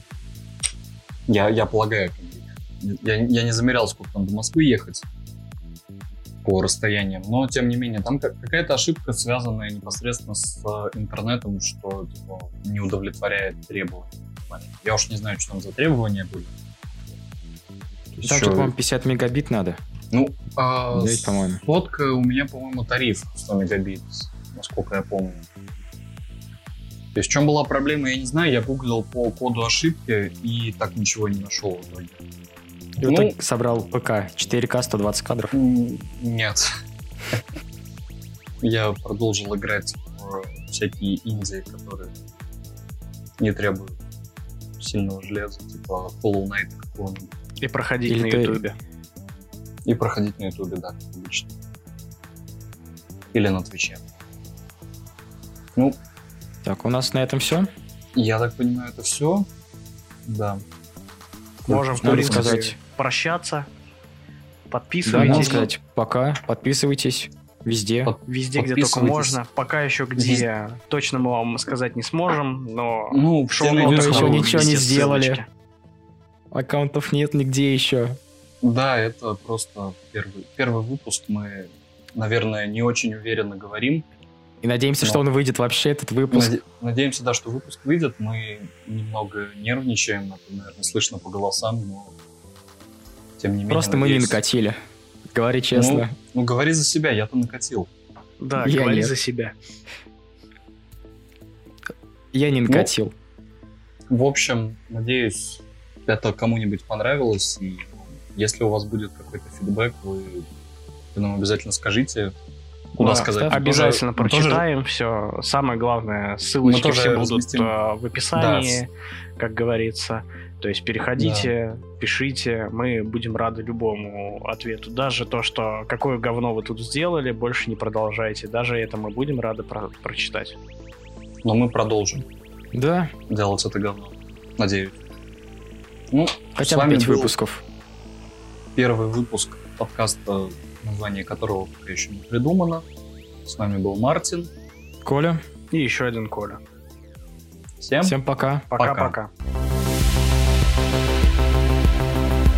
Я, я полагаю, я, я не замерял, сколько там до Москвы ехать по расстояниям, но тем не менее там какая-то ошибка, связанная непосредственно с интернетом, что типа, не удовлетворяет требования. Я уж не знаю, что там за требования были. Там что-то, по-моему, пятьдесят мегабит надо. Ну, а девять, по-моему. Сотка у меня, по-моему, тариф сто мегабит, насколько я помню. То есть в чем была проблема, я не знаю, я гуглил по коду ошибки и так ничего не нашел в итоге. И ну, в итоге собрал ПК четыре ка сто двадцать кадров? Нет. Я продолжил играть в всякие инди, которые не требуют сильного железа, типа Hollow Knight какого-нибудь. И проходить Или на ты... Ютубе. И проходить на Ютубе, да, как обычно. Или на Твиче. Ну, так, у нас на этом все? Я так понимаю, это все. Да. Можем, в принципе, сказать, прощаться. Подписывайтесь. Да, можно сказать пока. Подписывайтесь везде. Под, везде, где только можно. Пока еще где Вез... точно мы вам сказать не сможем, но ну, в шоу-нотах еще ничего не ссылочки. сделали. Аккаунтов нет нигде еще. Да, это просто первый, первый выпуск. Мы, наверное, не очень уверенно говорим. И надеемся, но... что он выйдет вообще, этот выпуск. Наде... Надеемся, да, что выпуск выйдет. Мы немного нервничаем, это, наверное, слышно по голосам, но тем не менее... Просто надеюсь... мы не накатили. Говори честно. Ну, ну, говори за себя, я-то накатил. Да, я говори нет. за себя. Я не накатил. Ну, в общем, надеюсь, это кому-нибудь понравилось, и если у вас будет какой-то фидбэк, вы, вы нам обязательно скажите. Куда да, сказать? Обязательно тоже, прочитаем тоже... все. Самое главное, ссылочки все будут разместим. В описании, да. как говорится. То есть переходите, да. пишите, мы будем рады любому ответу. Даже то, что какое говно вы тут сделали, больше не продолжайте. Даже это мы будем рады про- прочитать. Но мы продолжим. Да. Делать это говно. Надеюсь. Ну, хотя бы пять выпусков. Первый выпуск подкаста, название которого пока еще не придумано. С нами был Мартин, Коля и еще один Коля. Всем, Всем пока. Пока-пока.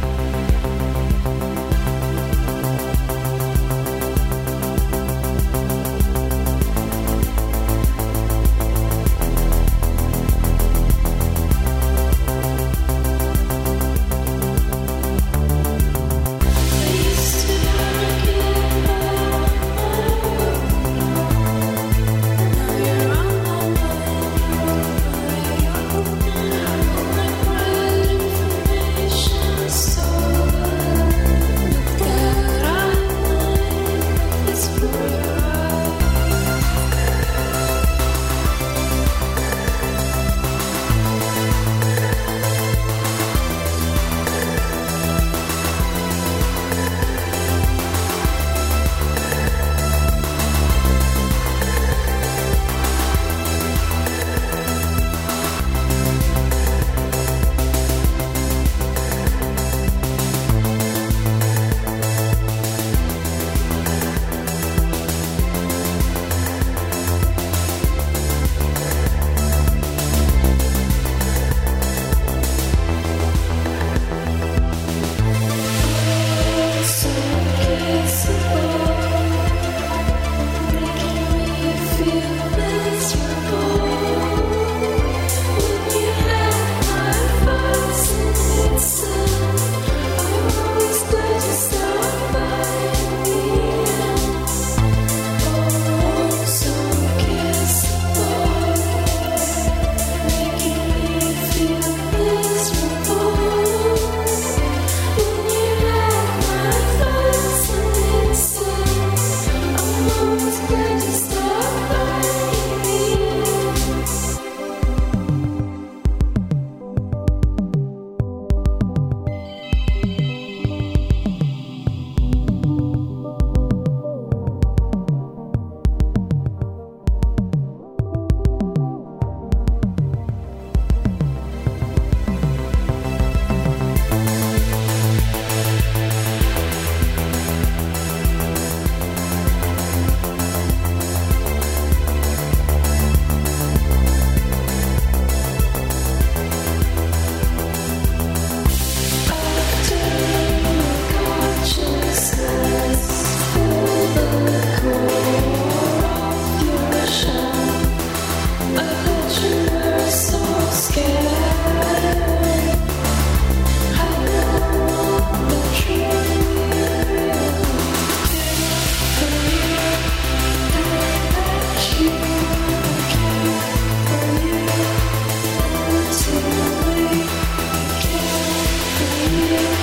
мире.